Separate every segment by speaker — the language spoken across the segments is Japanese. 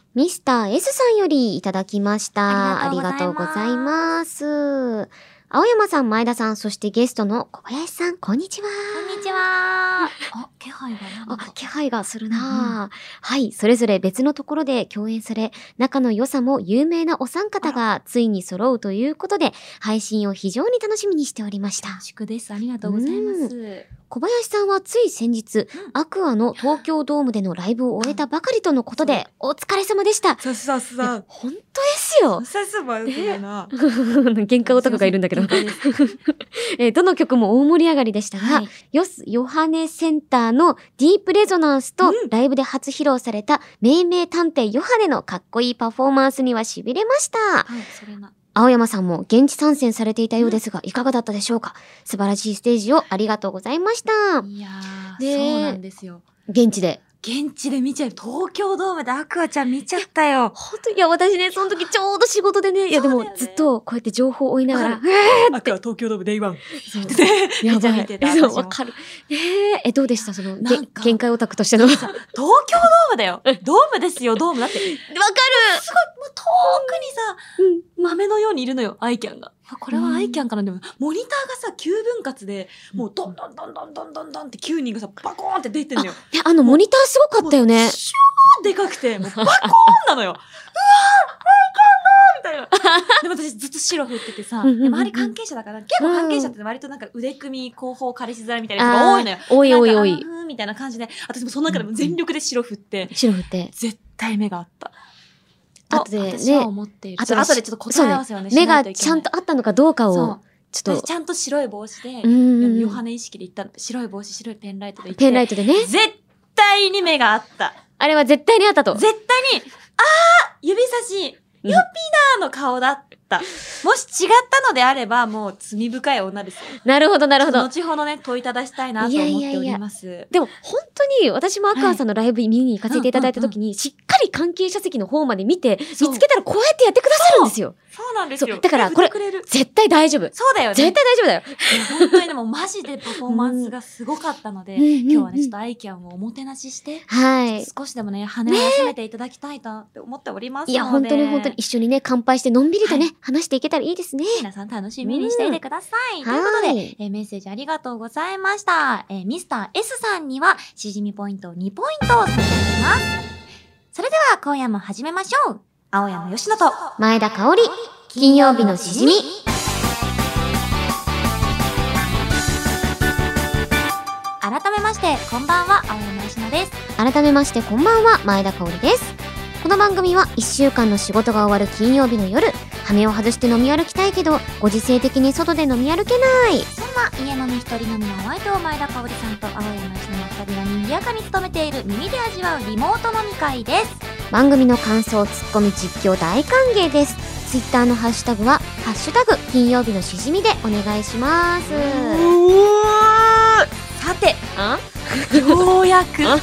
Speaker 1: ミスター S さんよりいただきました。
Speaker 2: ありがとうございます。
Speaker 1: ありがとうございます。青山さん、前田さん、そしてゲストの小林さん、こんにちは。
Speaker 2: こんにちは。気配が
Speaker 1: 気配がするな、はい、それぞれ別のところで共演され、仲の良さも有名なお三方がついに揃うということで、配信を非常に楽しみにしておりました。
Speaker 2: 楽しくです。ありがとうございます。
Speaker 1: 小林さんはつい先日、アクアの東京ドームでのライブを終えたばかりとのことで、お疲れ様でした。
Speaker 3: さすが。
Speaker 1: 本当ですよ。
Speaker 3: さすがよな。
Speaker 1: 喧嘩オタクがいるんだけど。どの曲も大盛り上がりでしたが、ヨハネセンターのディープレゾナンスとライブで初披露された命名探偵ヨハネのかっこいいパフォーマンスには痺れました。
Speaker 2: はい、それな。
Speaker 1: 青山さんも現地参戦されていたようですが、いかがだったでしょうか？素晴らしいステージをありがとうございました。
Speaker 2: いやー、そうなんですよ。
Speaker 1: 現地で
Speaker 2: 見ちゃう。東京ドームでアクアちゃん見ちゃったよ。
Speaker 1: 本当に、いや、私ね、その時ちょうど仕事でね、いやでもずっとこうやって情報を追いながら、
Speaker 3: アクア東京ドームデイワン。
Speaker 1: やばい。
Speaker 2: 見てた。
Speaker 1: そう、わかる。どうでした限界オタクとしての。
Speaker 2: 東京ドームだよ。ドームですよ、ドーム。だって。わかる。すごい、もう遠くにさ、豆のようにいるのよ、アイキャンが。これはアイキャンかな。でも、モニターがさ、9分割で、もうどんどんって9人がさ、バコーンって出てんのよ。
Speaker 1: モニターすごかったよね。
Speaker 2: 超でかくて、もうバコーンなのよ。うわー、アイキャンだーみたいな。でも私ずっと白振っててさ、周り関係者だから、結構関係者って割となんか腕組み、後方彼氏面みたいな人が多いのよ。
Speaker 1: 多い。
Speaker 2: みたいな感じで、私もその中でも全力で白振って、絶対目があった。
Speaker 1: 後でね、
Speaker 2: 私は思っている。後でちょっと答え合わせをね、
Speaker 1: 目がちゃんとあったのかどうかを、
Speaker 2: ちょっと。ちゃんと白い帽子で、ヨハネ意識で言ったの。白い帽子、白いペンライトで言って。
Speaker 1: ペンライトでね。
Speaker 2: 絶対に目があった。
Speaker 1: あれは絶対にあったと。
Speaker 2: 絶対に、指差し、ヨピナーの顔だった。もし違ったのであれば、もう罪深い女ですよ。
Speaker 1: なるほど。
Speaker 2: 後ほどね、問いただしたいなと思っております。
Speaker 1: でも、本当に私もアクアさんのライブ見に行かせていただいた時に、しっかり関係者席の方まで見て、見つけたらこうやってやってくださるんですよ。
Speaker 2: そうなんですよ。
Speaker 1: だから、これ、絶対大丈夫。
Speaker 2: そうだよね。
Speaker 1: 絶対大丈夫だよ。
Speaker 2: 本当にでもマジでパフォーマンスがすごかったので、今日はね、ちょっとアイキャンをおもてなしして、少しでもね、羽を休めていただきたいと思っておりますので。
Speaker 1: いや、本当に一緒にね、乾杯してのんびりとね、話していけたらいいですね。
Speaker 2: 皆さん楽しみにしていてください。ということで、メッセージありがとうございました。ミスター S さんには、しじみポイント2ポイントを差し上げます。それでは、今夜も始めましょう。青山吉野と、
Speaker 1: 前田香織、金曜日のしじみ。
Speaker 2: 改めまして、こんばんは、青山吉野です。
Speaker 1: 改めまして、こんばんは、前田香織です。この番組は1週間の仕事が終わる金曜日の夜、羽目を外して飲み歩きたいけど、ご時世的に外で飲み歩けない。
Speaker 2: そんな家飲み一人飲みのお相手を前田香織さんと青山吉野の2人が賑やかに務めている耳で味わうリモート飲み会です。
Speaker 1: 番組の感想、ツッコミ、実況大歓迎です。ツイッターのハッシュタグは、ハッシュタグ、金曜日のしじみでお願いします。
Speaker 2: さて、ようやくお招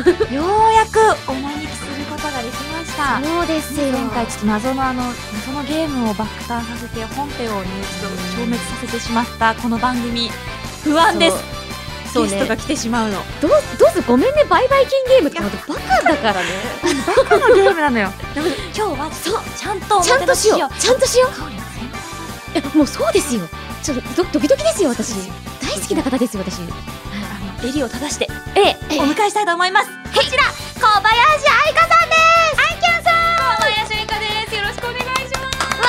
Speaker 2: きすることができました。
Speaker 1: そうですよ。
Speaker 2: 前回ちょっと謎のゲームを爆誕させて本編をね、ちょっと消滅させてしまったこの番組、不安です。ゲストが来てしまうの。
Speaker 1: どうぞごめんね、バイバイキンゲームってバカだからね。
Speaker 2: バカのゲームなのよ。でも今日はちゃんとしよう。
Speaker 1: ちゃんとしよう。いや、もうそうですよ。ちょっとドキドキですよ、私。大好きな方ですよ、私。
Speaker 2: 襟を正して、お迎えしたいと思います。こちら、小林愛香さんです。愛キャンさん。小林愛香です。よろしくお願いします。わ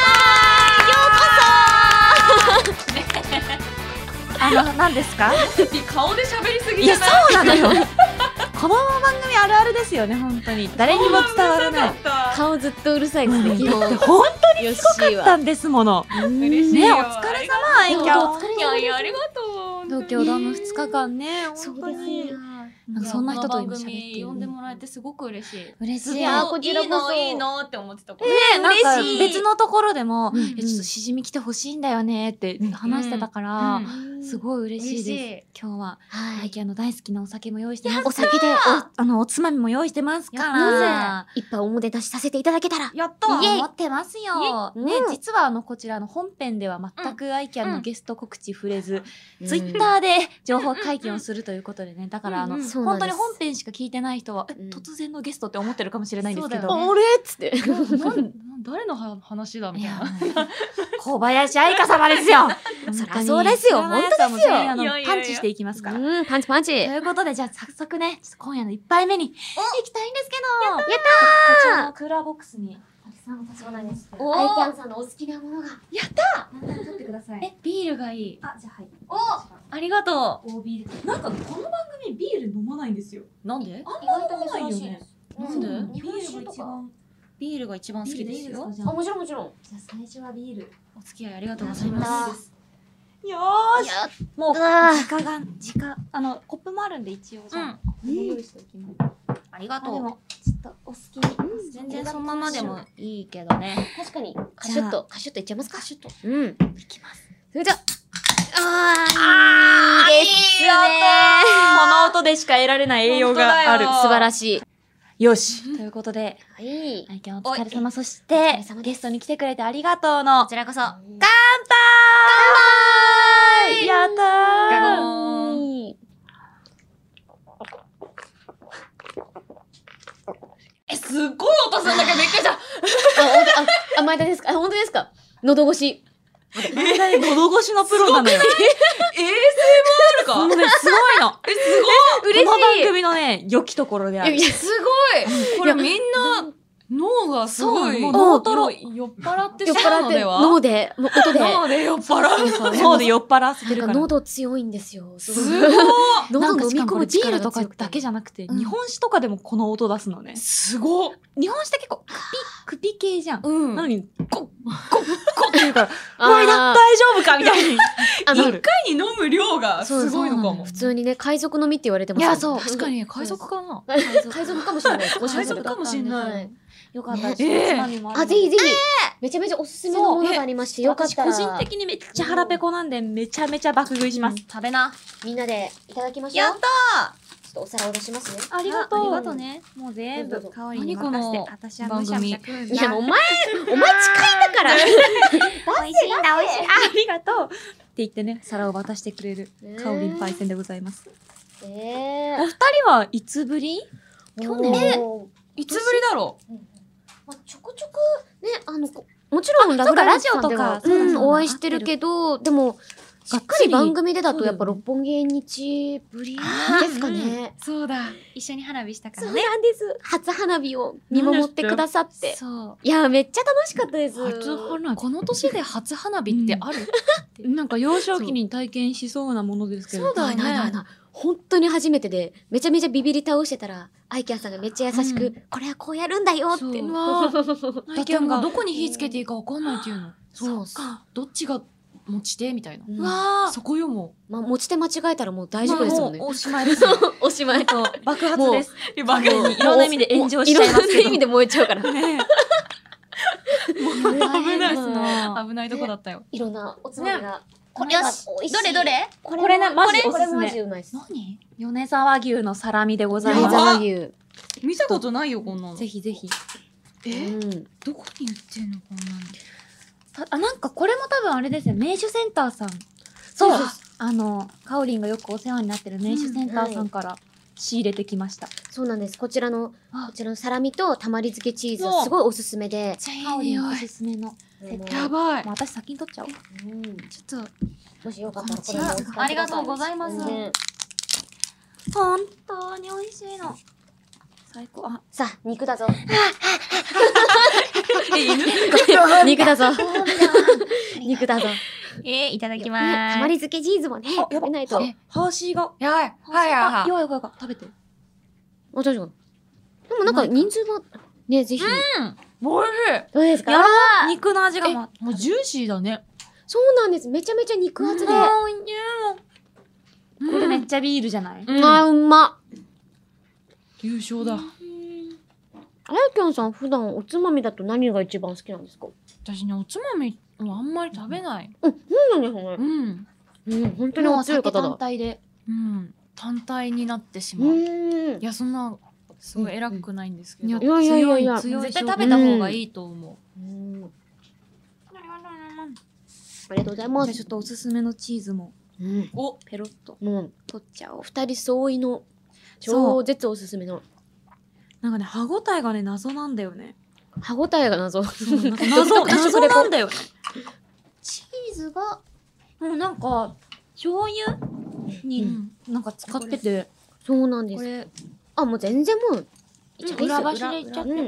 Speaker 2: ー、ようこそ。何ですか？
Speaker 3: 顔で喋りすぎ
Speaker 2: じゃない？いや、そうなのよ。この番組あるあるですよね、本当に。誰にも伝わらない。
Speaker 1: 顔ずっとうるさいですね、基本。
Speaker 2: 本当にすごかったんですもの。
Speaker 3: 嬉しい。
Speaker 2: ね、お疲れ様、愛キャン。
Speaker 3: お疲れ様。いや、ありがとう。
Speaker 2: 東京ドーム2日間ね、
Speaker 1: そうですよ。
Speaker 2: なんかそんな人と今喋ってる。
Speaker 3: 呼んでもらえてすごく嬉しい。
Speaker 2: 嬉しい。
Speaker 1: こちらこそ。
Speaker 3: いいのって思ってた。
Speaker 2: ね、なんか別のところでも、ちょっとしじみ来てほしいんだよねって話してたから、 すごい嬉しいです。
Speaker 3: 嬉しい。
Speaker 2: 今日は、
Speaker 1: はい。
Speaker 2: アイキャンの大好きなお酒も用意してます。
Speaker 1: お酒で、
Speaker 2: おつまみも用意してますか
Speaker 3: や
Speaker 2: ら。
Speaker 1: 一杯おもてなしさせていただけたら。
Speaker 3: やった
Speaker 1: イエイ
Speaker 2: 思ってますよ。
Speaker 1: イエイ
Speaker 2: ね、
Speaker 1: うん
Speaker 2: 実はこちらの本編では全くアイキャンのゲスト告知触れず、ツイッ
Speaker 1: ー。
Speaker 2: ターで情報解禁をするということでね、だから
Speaker 1: そうなんです
Speaker 2: 本当に本編しか聞いてない人は、
Speaker 1: うん
Speaker 2: 突然のゲストって思ってるかもしれないんですけど、
Speaker 3: そうだよね
Speaker 1: あれっつって。
Speaker 3: 誰の話だみ
Speaker 2: いや
Speaker 3: たいな。
Speaker 2: 小林愛花様ですよ。
Speaker 1: そりゃそうですよ
Speaker 2: 本当に知らないやつはもう全員
Speaker 3: いやいやいや
Speaker 2: パンチしていきますから。
Speaker 1: うん、パンチパンチ。
Speaker 2: ということで、じゃあ早速ね、ちょっと今夜の1杯目に行きたいんですけど、
Speaker 1: やったー
Speaker 2: こちらのクーラーボックスに、たくさん
Speaker 1: そうなんです。
Speaker 3: おー
Speaker 1: アイキャンさんのお好きなものが。
Speaker 2: 何でも取ってください。
Speaker 3: ビールがいい。
Speaker 2: あ、じゃあはい。
Speaker 3: お、ありがと
Speaker 2: 大ビール。
Speaker 3: なんかこの番組ビール飲まないんですよ。
Speaker 2: なんで
Speaker 3: あん
Speaker 1: 意外と
Speaker 3: ま飲まないよね
Speaker 1: 珍しいです。
Speaker 3: なんで
Speaker 1: うん
Speaker 3: ビ
Speaker 1: 日本酒とか。
Speaker 3: ビールが一番好きですよ。
Speaker 1: あ、もちろんもちろん。
Speaker 2: じゃあ最初はビール。
Speaker 3: お付き合いありがとうござ
Speaker 1: ざいま
Speaker 3: いますす。
Speaker 2: よ
Speaker 1: い
Speaker 2: ーし。
Speaker 1: や、
Speaker 2: もう、
Speaker 1: あー
Speaker 2: 直が、コップもあるんで一応じゃあ、これも用意しておきます。
Speaker 3: ありがとう。
Speaker 2: あでも、ちょっとお好きに。
Speaker 3: 全然そのままでもいいけどね。
Speaker 1: 確かに、カシュッと、カシュッといっちゃいますか。
Speaker 2: カシュッと
Speaker 1: うん。
Speaker 2: いきます。
Speaker 1: それじゃあー、いいですね
Speaker 2: この音でしか得られない栄養がある。
Speaker 3: 本当だよ
Speaker 1: 素晴らしい。
Speaker 2: よし。ということで、
Speaker 1: はい。
Speaker 2: アイキャンお疲れ様。そし
Speaker 1: お疲れ
Speaker 2: て
Speaker 1: 様です、
Speaker 2: ゲストに来てくれてありがとうの
Speaker 3: こちらこそ。
Speaker 2: 乾杯やった
Speaker 3: ガ
Speaker 2: ー
Speaker 3: ゴーン。
Speaker 1: いい
Speaker 3: すっごい音するんだけどびっくりした。
Speaker 1: 前田ですか。本当ですか。喉越し。
Speaker 2: 前田喉越しのプロなのよ。
Speaker 3: ASMR か。
Speaker 2: もうね、すごいの。
Speaker 3: す
Speaker 1: 嬉しい
Speaker 2: この番組のね、良きところである。
Speaker 1: いや
Speaker 3: ごい。すごい。これみんな脳がすごい。
Speaker 2: そうもう
Speaker 1: 脳
Speaker 2: トロ
Speaker 3: 酔っ払って
Speaker 1: 酔っ
Speaker 3: しまう
Speaker 1: 払って、
Speaker 3: のでは。
Speaker 1: 脳で、もう音で。
Speaker 3: 脳で酔っ払う。
Speaker 2: そうで酔っ払わせて
Speaker 1: なんか
Speaker 2: るから。
Speaker 1: 喉強いんですよ。
Speaker 3: すごい。
Speaker 1: 喉飲み込む
Speaker 2: ビー
Speaker 1: 力
Speaker 2: ルとか
Speaker 1: が強くて
Speaker 2: だけじゃなくて、
Speaker 3: うん
Speaker 2: 日本酒とかでもこの音出すのね。
Speaker 3: すごい。
Speaker 2: 日本酒って結構クピ系じゃん。
Speaker 3: うん
Speaker 2: なのに、コッって言うから、
Speaker 1: あー
Speaker 2: 前田大丈夫かみたいに。
Speaker 1: あの
Speaker 3: 一回に飲む量がすごいのかも
Speaker 2: そうそう。
Speaker 1: 普通にね、海賊飲みって言われてます
Speaker 2: いや、
Speaker 1: よね
Speaker 2: そう。
Speaker 3: 確かに海賊かな。
Speaker 1: 海賊かもしれないです。もしかすると
Speaker 3: 海賊かもしれない
Speaker 1: はい
Speaker 2: よかった。
Speaker 1: ね
Speaker 2: ちょっとつまみもあるの
Speaker 1: あ、
Speaker 2: で
Speaker 1: ぜひぜひ。めちゃめちゃおすすめのものがありまして、よかったら。
Speaker 2: 私個人的にめっちゃ腹ペコなんで、めちゃめちゃ爆食いします。
Speaker 3: 食べな。
Speaker 1: みんなでいただきましょう。
Speaker 3: やった
Speaker 1: ちょっとお皿を出しますね。
Speaker 2: ありがとう。
Speaker 3: ありがとう
Speaker 2: ね。もう全部
Speaker 1: どうぞ
Speaker 2: 香りに任せて
Speaker 3: 何この、
Speaker 2: 私はむしゃむしゃ食うんだ。
Speaker 1: いや、お前近いんだから。
Speaker 2: 美味しいんだ、美味しい。ありがとう。って言ってね、皿を渡してくれる、かおりんパイセンでございます。お二人はいつぶり？去年
Speaker 3: いつぶりだろう。
Speaker 1: まあ、ちょこちょこね、もちろんラブライブさんでは
Speaker 2: ラジオとかそうだそうだ
Speaker 1: お会いしてるけど、でも、しっかり番組でだとやっぱ六本木日ぶりですかね。
Speaker 3: そうだ。一緒に花火したか
Speaker 1: そう
Speaker 3: らね。
Speaker 1: なんです。初花火を見守ってくださって。
Speaker 2: そう。
Speaker 1: いや、めっちゃ楽しかったです。
Speaker 2: 初花火。
Speaker 3: この年で初花火ってある？
Speaker 2: なんか幼少期に体験しそうなものですけど。
Speaker 3: そうだよね
Speaker 1: ないないないない。本当に初めてで、めちゃめちゃビビり倒してたら、アイキャンさんがめっちゃ優しく、これはこうやるんだよって。
Speaker 2: そう
Speaker 3: うわだってもうど
Speaker 2: こ
Speaker 3: こに火つけていいかわかんないっていうの。
Speaker 1: そう
Speaker 3: か。どっちが持ち手みたいな。
Speaker 1: うん
Speaker 2: わ
Speaker 3: そこよも
Speaker 1: まあ、持ち手間違えたらもう大丈夫ですよね。
Speaker 2: もうおしまいですよ。
Speaker 1: おしまい。
Speaker 2: そう爆発です。
Speaker 3: う。
Speaker 2: もういろんな意味で炎上しちゃいますけど
Speaker 1: いろんな意味で燃えちゃうから。
Speaker 2: ね
Speaker 1: 大変
Speaker 3: ない
Speaker 1: ですの
Speaker 3: 危ないとこだったよ。
Speaker 1: いろんなおつまみが。
Speaker 3: これ
Speaker 1: よし
Speaker 3: どれどれ？
Speaker 1: こ
Speaker 2: これなマジおすすめ
Speaker 1: これマジうまいです。
Speaker 3: 何？
Speaker 2: 米沢牛のサラミでござい
Speaker 1: 米
Speaker 2: ま
Speaker 1: 沢牛。
Speaker 3: 見たことないよこんなの。
Speaker 2: す。ぜひぜひ。
Speaker 1: うん。
Speaker 3: どこに売ってんのこんなの。
Speaker 2: なんかこれも多分あれですよ。名手センターさん。
Speaker 1: そう
Speaker 2: かおりんがよくお世話になってる名手センターさんから仕入れてきました。
Speaker 1: そうなんです。こちらの
Speaker 2: あ
Speaker 1: サラミとたまり漬けチーズ
Speaker 3: そう
Speaker 1: はすごいおすすめで。
Speaker 2: かおりんおすすめの。
Speaker 3: やばい。
Speaker 2: もう私先に取っちゃおう。
Speaker 1: うん。
Speaker 3: ちょっと
Speaker 1: もしよかったらこ
Speaker 3: こちら
Speaker 1: れもお使いください。
Speaker 3: ありがとうございます
Speaker 1: ね
Speaker 2: 本当に美味しいの。最高。あ、
Speaker 1: さあ、肉だぞ。
Speaker 3: 犬？
Speaker 1: 肉だぞ。肉だぞ。
Speaker 3: いただき
Speaker 1: ね
Speaker 3: ます。
Speaker 1: たまり漬けチーズもね、
Speaker 2: あ
Speaker 1: 食べないと。
Speaker 2: えハーシーが。
Speaker 3: やばい。はいはいはい。
Speaker 2: よいよい食べて。
Speaker 1: あ、確かに。でもなんか人数は、ね、ぜひ。
Speaker 3: おいしい。
Speaker 1: どうですか
Speaker 2: やば肉の味が
Speaker 3: もうジューシーだね。
Speaker 1: そうなんです。めちゃめちゃ肉厚で。
Speaker 2: これめっちゃビールじゃない？
Speaker 1: うま。
Speaker 3: 優勝だ。
Speaker 1: あやきょんさん、普段おつまみだと何が一番好きなんですか？
Speaker 3: 私ねおつまみをあんまり食べない。
Speaker 1: そうなんですね。
Speaker 3: うん。
Speaker 1: 本当にお強い方だ。
Speaker 2: 単体で。
Speaker 3: 単体になってしまう。いや、そんな、すごい偉くないんですけど。
Speaker 1: いやいやいやいや、
Speaker 3: 絶対食べた方がいいと思う。
Speaker 1: ありがとうございま
Speaker 2: じゃあちょっとおすすめのチーズも、
Speaker 3: お、
Speaker 2: ペロッと。
Speaker 1: もう、
Speaker 2: 取っちゃおう。
Speaker 1: 二人相違の、
Speaker 2: そう
Speaker 1: 超絶おすすめの。
Speaker 2: なんかね、歯ごたえがね、謎なんだよね。
Speaker 1: 歯ごたえが謎。
Speaker 2: 謎なんだよね。チーズが、もうなんか、醤油になんか使ってて、
Speaker 1: そうなんです。
Speaker 2: これ、
Speaker 1: あ、もう全然もう、
Speaker 2: 裏箸でいっちゃって。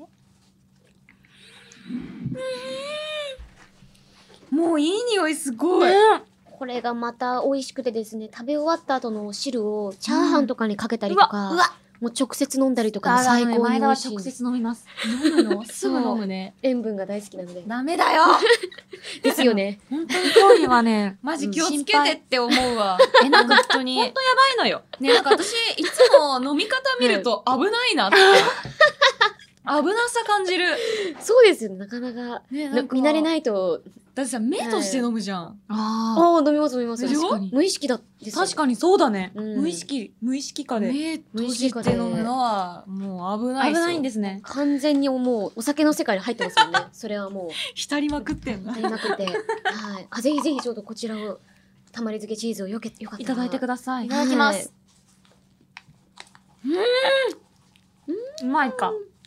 Speaker 2: もういい匂いすごい。
Speaker 1: これがまた美味しくてですね、食べ終わった後のお汁をチャーハンとかにかけたりとか、もう直接飲んだりとかも最高に
Speaker 2: 前田は
Speaker 1: 美味しい。
Speaker 2: 直接飲みます。
Speaker 3: 飲むのすぐ飲むね。
Speaker 1: 塩分が大好きなので。
Speaker 2: ダメだよ。
Speaker 1: ですよね。
Speaker 2: 本当に今日はね、
Speaker 3: マジ気をつけてって思うわ。
Speaker 2: なんか
Speaker 3: 本当に。
Speaker 2: 本当やばいのよ。
Speaker 3: ね、なんか私、いつも飲み方見ると危ないなって。危なさ感じる。
Speaker 1: そうですよね、なかなか。
Speaker 3: ね、
Speaker 1: 見慣れないと。
Speaker 3: だってさ、目として飲むじゃん。
Speaker 2: あ
Speaker 1: ああ、飲みます飲みます。
Speaker 3: でしょ
Speaker 1: 確かに無意識だですよね。
Speaker 2: 確かにそうだね。
Speaker 1: うん
Speaker 2: 無意識化で。
Speaker 3: 目閉じて飲むのは、もう危ない。
Speaker 2: 危ないんですね。
Speaker 1: 完全にもうお酒の世界に入ってますよね。それはもう。
Speaker 2: 浸りまくってんの。
Speaker 1: 足りなくて。はい。あ、ぜひぜひちょっとこちらを、たまり漬けチーズをよかったら。
Speaker 2: いただいてください。
Speaker 1: いただきます。
Speaker 2: うまいか。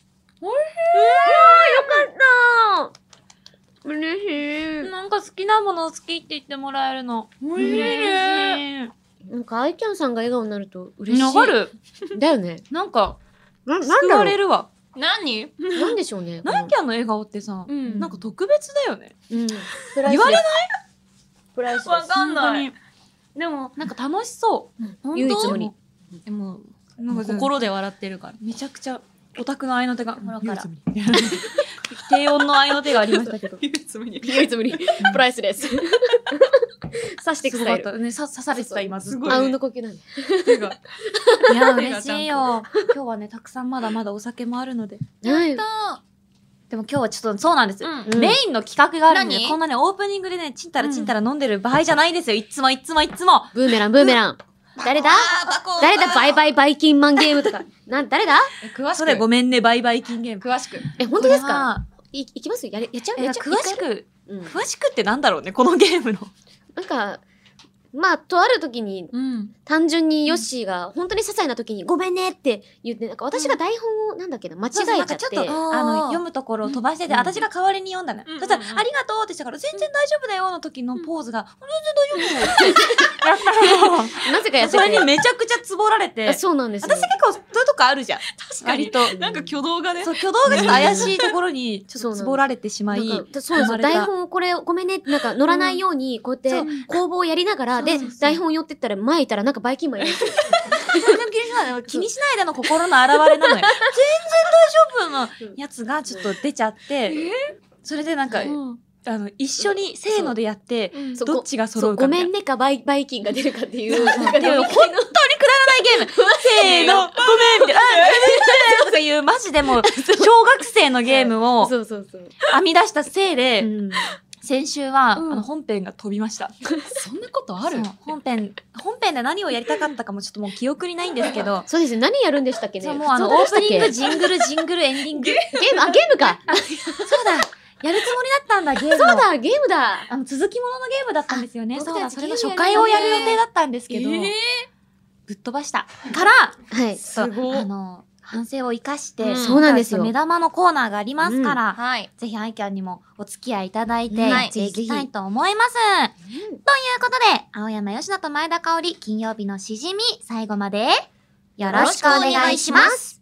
Speaker 1: 嬉しい。
Speaker 2: なんか好きなものを好きって言ってもらえるの。
Speaker 3: おいしいね。
Speaker 1: なんか、アイキャンさんが笑顔になると嬉しい。
Speaker 2: わかる。
Speaker 1: だよね。
Speaker 2: なんか、
Speaker 1: なん
Speaker 2: 救われるわ。
Speaker 3: 何
Speaker 1: なんでしょうね。
Speaker 2: ナイキャンの笑顔ってさ、
Speaker 3: うん
Speaker 2: なんか特別だよね。
Speaker 1: うん。
Speaker 2: 言われない
Speaker 1: プライスレス。
Speaker 3: わかんない
Speaker 2: 本当に。でも、なんか楽しそう。
Speaker 3: 本当
Speaker 1: 唯一無二。
Speaker 3: でも、
Speaker 2: なんか
Speaker 3: 心で笑ってるから。
Speaker 2: めちゃくちゃオタクの合いの手が、
Speaker 3: ほらから
Speaker 2: 低音の合いの手がありましたけど。
Speaker 1: 唯一無二。プライスレス。刺していく
Speaker 2: す
Speaker 1: スタイル。
Speaker 2: ごかったね。刺されてた今ずっと。
Speaker 1: あうんの呼吸なんで。
Speaker 3: 手が。
Speaker 2: いや、嬉しいよ。今日はね、たくさんまだまだお酒もあるので。
Speaker 1: はい。
Speaker 2: でも今日はちょっとそうなんですよ。
Speaker 3: うん
Speaker 2: メインの企画があるんで、
Speaker 3: 何
Speaker 2: こんなね、オープニングでね、ちんたらちんたら飲んでる場合じゃないんですよ。いつもいつもいつも。
Speaker 1: ブーメラン、ブーメラン。誰だ誰だバイバイバイキンマンゲームとか。誰だ
Speaker 3: 詳し
Speaker 2: それご
Speaker 3: く。
Speaker 2: めんね、バイバイキンゲーム。
Speaker 3: 詳しく。
Speaker 1: 本当ですか
Speaker 2: これはい
Speaker 1: きますやっちゃう
Speaker 2: え
Speaker 1: やっちゃう
Speaker 2: 詳しく、
Speaker 1: うん。
Speaker 2: 詳しくってなんだろうね、このゲームの。
Speaker 1: なんか、まあ、とある時に、
Speaker 3: うん。
Speaker 1: 単純にヨッシーが、本当に些細な時に、ごめんねって言って、なんか私が台本を、なんだっけな、間違えちゃ
Speaker 2: なん
Speaker 1: って。
Speaker 2: かちょっと、読むところを飛ばしてて、
Speaker 1: うん
Speaker 2: 私が代わりに読んだのよ。
Speaker 3: うん
Speaker 2: そしたら、ありがとうってしたから、全然大丈夫だよの時のポーズが、全然大丈夫だよって。
Speaker 1: なぜかやってて。
Speaker 2: それにめちゃくちゃつぼられて、
Speaker 1: あそうなんですよ。
Speaker 2: 私結構そういうとこあるじゃん。
Speaker 3: 確かに。
Speaker 2: 割と。
Speaker 3: なんか挙動がね。
Speaker 2: そう、挙動がちょっと怪しいところに、ちょっとつぼられてしまい、
Speaker 1: なんかそうですよ。
Speaker 2: 生まれた
Speaker 1: 台本をこれ、ごめんねって、なんか乗らないように、こうやって工房をやりながら、で
Speaker 2: そうそうそう、
Speaker 1: 台本寄ってったら前いたら、なんかバイキンマンいるんですよ。
Speaker 2: 全然気にしないの気にしないでの心の表れなのよ。全然大丈夫のやつがちょっと出ちゃって、それでなんか、一緒にせーのでやって、
Speaker 1: そう
Speaker 2: どっちが揃
Speaker 1: そうう
Speaker 2: かみたいな。
Speaker 1: ごめんねかバイキンが出るかっていう。
Speaker 2: そう
Speaker 1: なんか
Speaker 2: でも本当にくだらないゲーム。せーの、ごめんみたいな。とかいうマジでもう小学生のゲームを
Speaker 1: そうそうそう。
Speaker 2: 編み出したせいで、
Speaker 1: うん
Speaker 2: 先週は、
Speaker 1: うん
Speaker 2: 本編が飛びました。
Speaker 3: そんなことある
Speaker 2: そう本編で何をやりたかったかもちょっともう記憶にないんですけど、
Speaker 1: そうですね。何やるんでしたっけね。
Speaker 2: そうもう
Speaker 1: 普通
Speaker 2: オープニング、
Speaker 1: でしたっ
Speaker 2: ジングル、エンディング。
Speaker 1: けゲームか。
Speaker 2: そうだやるつもりだったんだ、ゲームを。
Speaker 1: そうだ、ゲームだ。
Speaker 2: 続きもののゲームだったんですよね。
Speaker 1: あ
Speaker 2: そうだ、それの
Speaker 1: 僕たちゲーム
Speaker 2: 初回をやる予定だったんですけど、ぶっ飛ばした。から、
Speaker 1: はい。
Speaker 2: そう
Speaker 3: すごい
Speaker 2: 反省を生かして、
Speaker 3: うん
Speaker 1: そうなんですよ
Speaker 2: 目玉のコーナーがありますから、
Speaker 3: はい。
Speaker 2: ぜひアイキャンにもお付き合いいただいて、
Speaker 3: はい
Speaker 2: やっていきたいと思います。ということで、青山よしのと前田香織、金曜日のしじみ、最後まで、よろしくお願いします。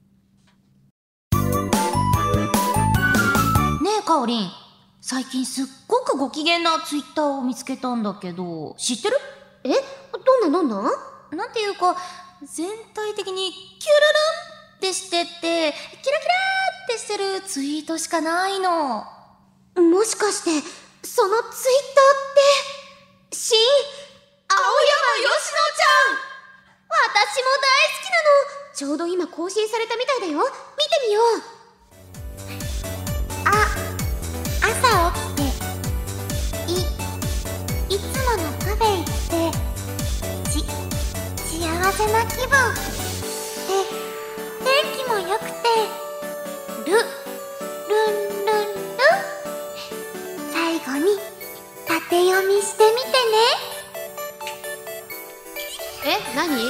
Speaker 2: ねえ、かおりん。最近すっごくご機嫌なツイッターを見つけたんだけど、知ってる？
Speaker 1: どんな
Speaker 2: なんていうか、全体的にキュルルンってしてって、キラキラーってしてるツイートしかないの。
Speaker 1: もしかして、そのツイッターって、新、青山よしのちゃん私も大好きなのちょうど今更新されたみたいだよ見てみよう
Speaker 4: 朝起きていつものカフェ行ってせな気分で、天気も良くてルンルンル最後に縦読みしてみてね。
Speaker 1: 何？
Speaker 4: ま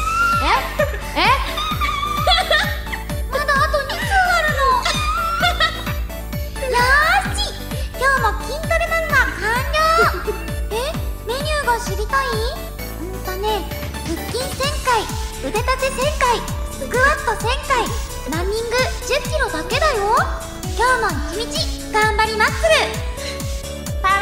Speaker 4: だあと2通あるの。よーし、今日も筋トレ漫画完了。メニューが知りたい？腹筋1000回、腕立て1000回、スクワット1000回、ランニング10キロだけだよ。今日も一日頑張りマッスルパワ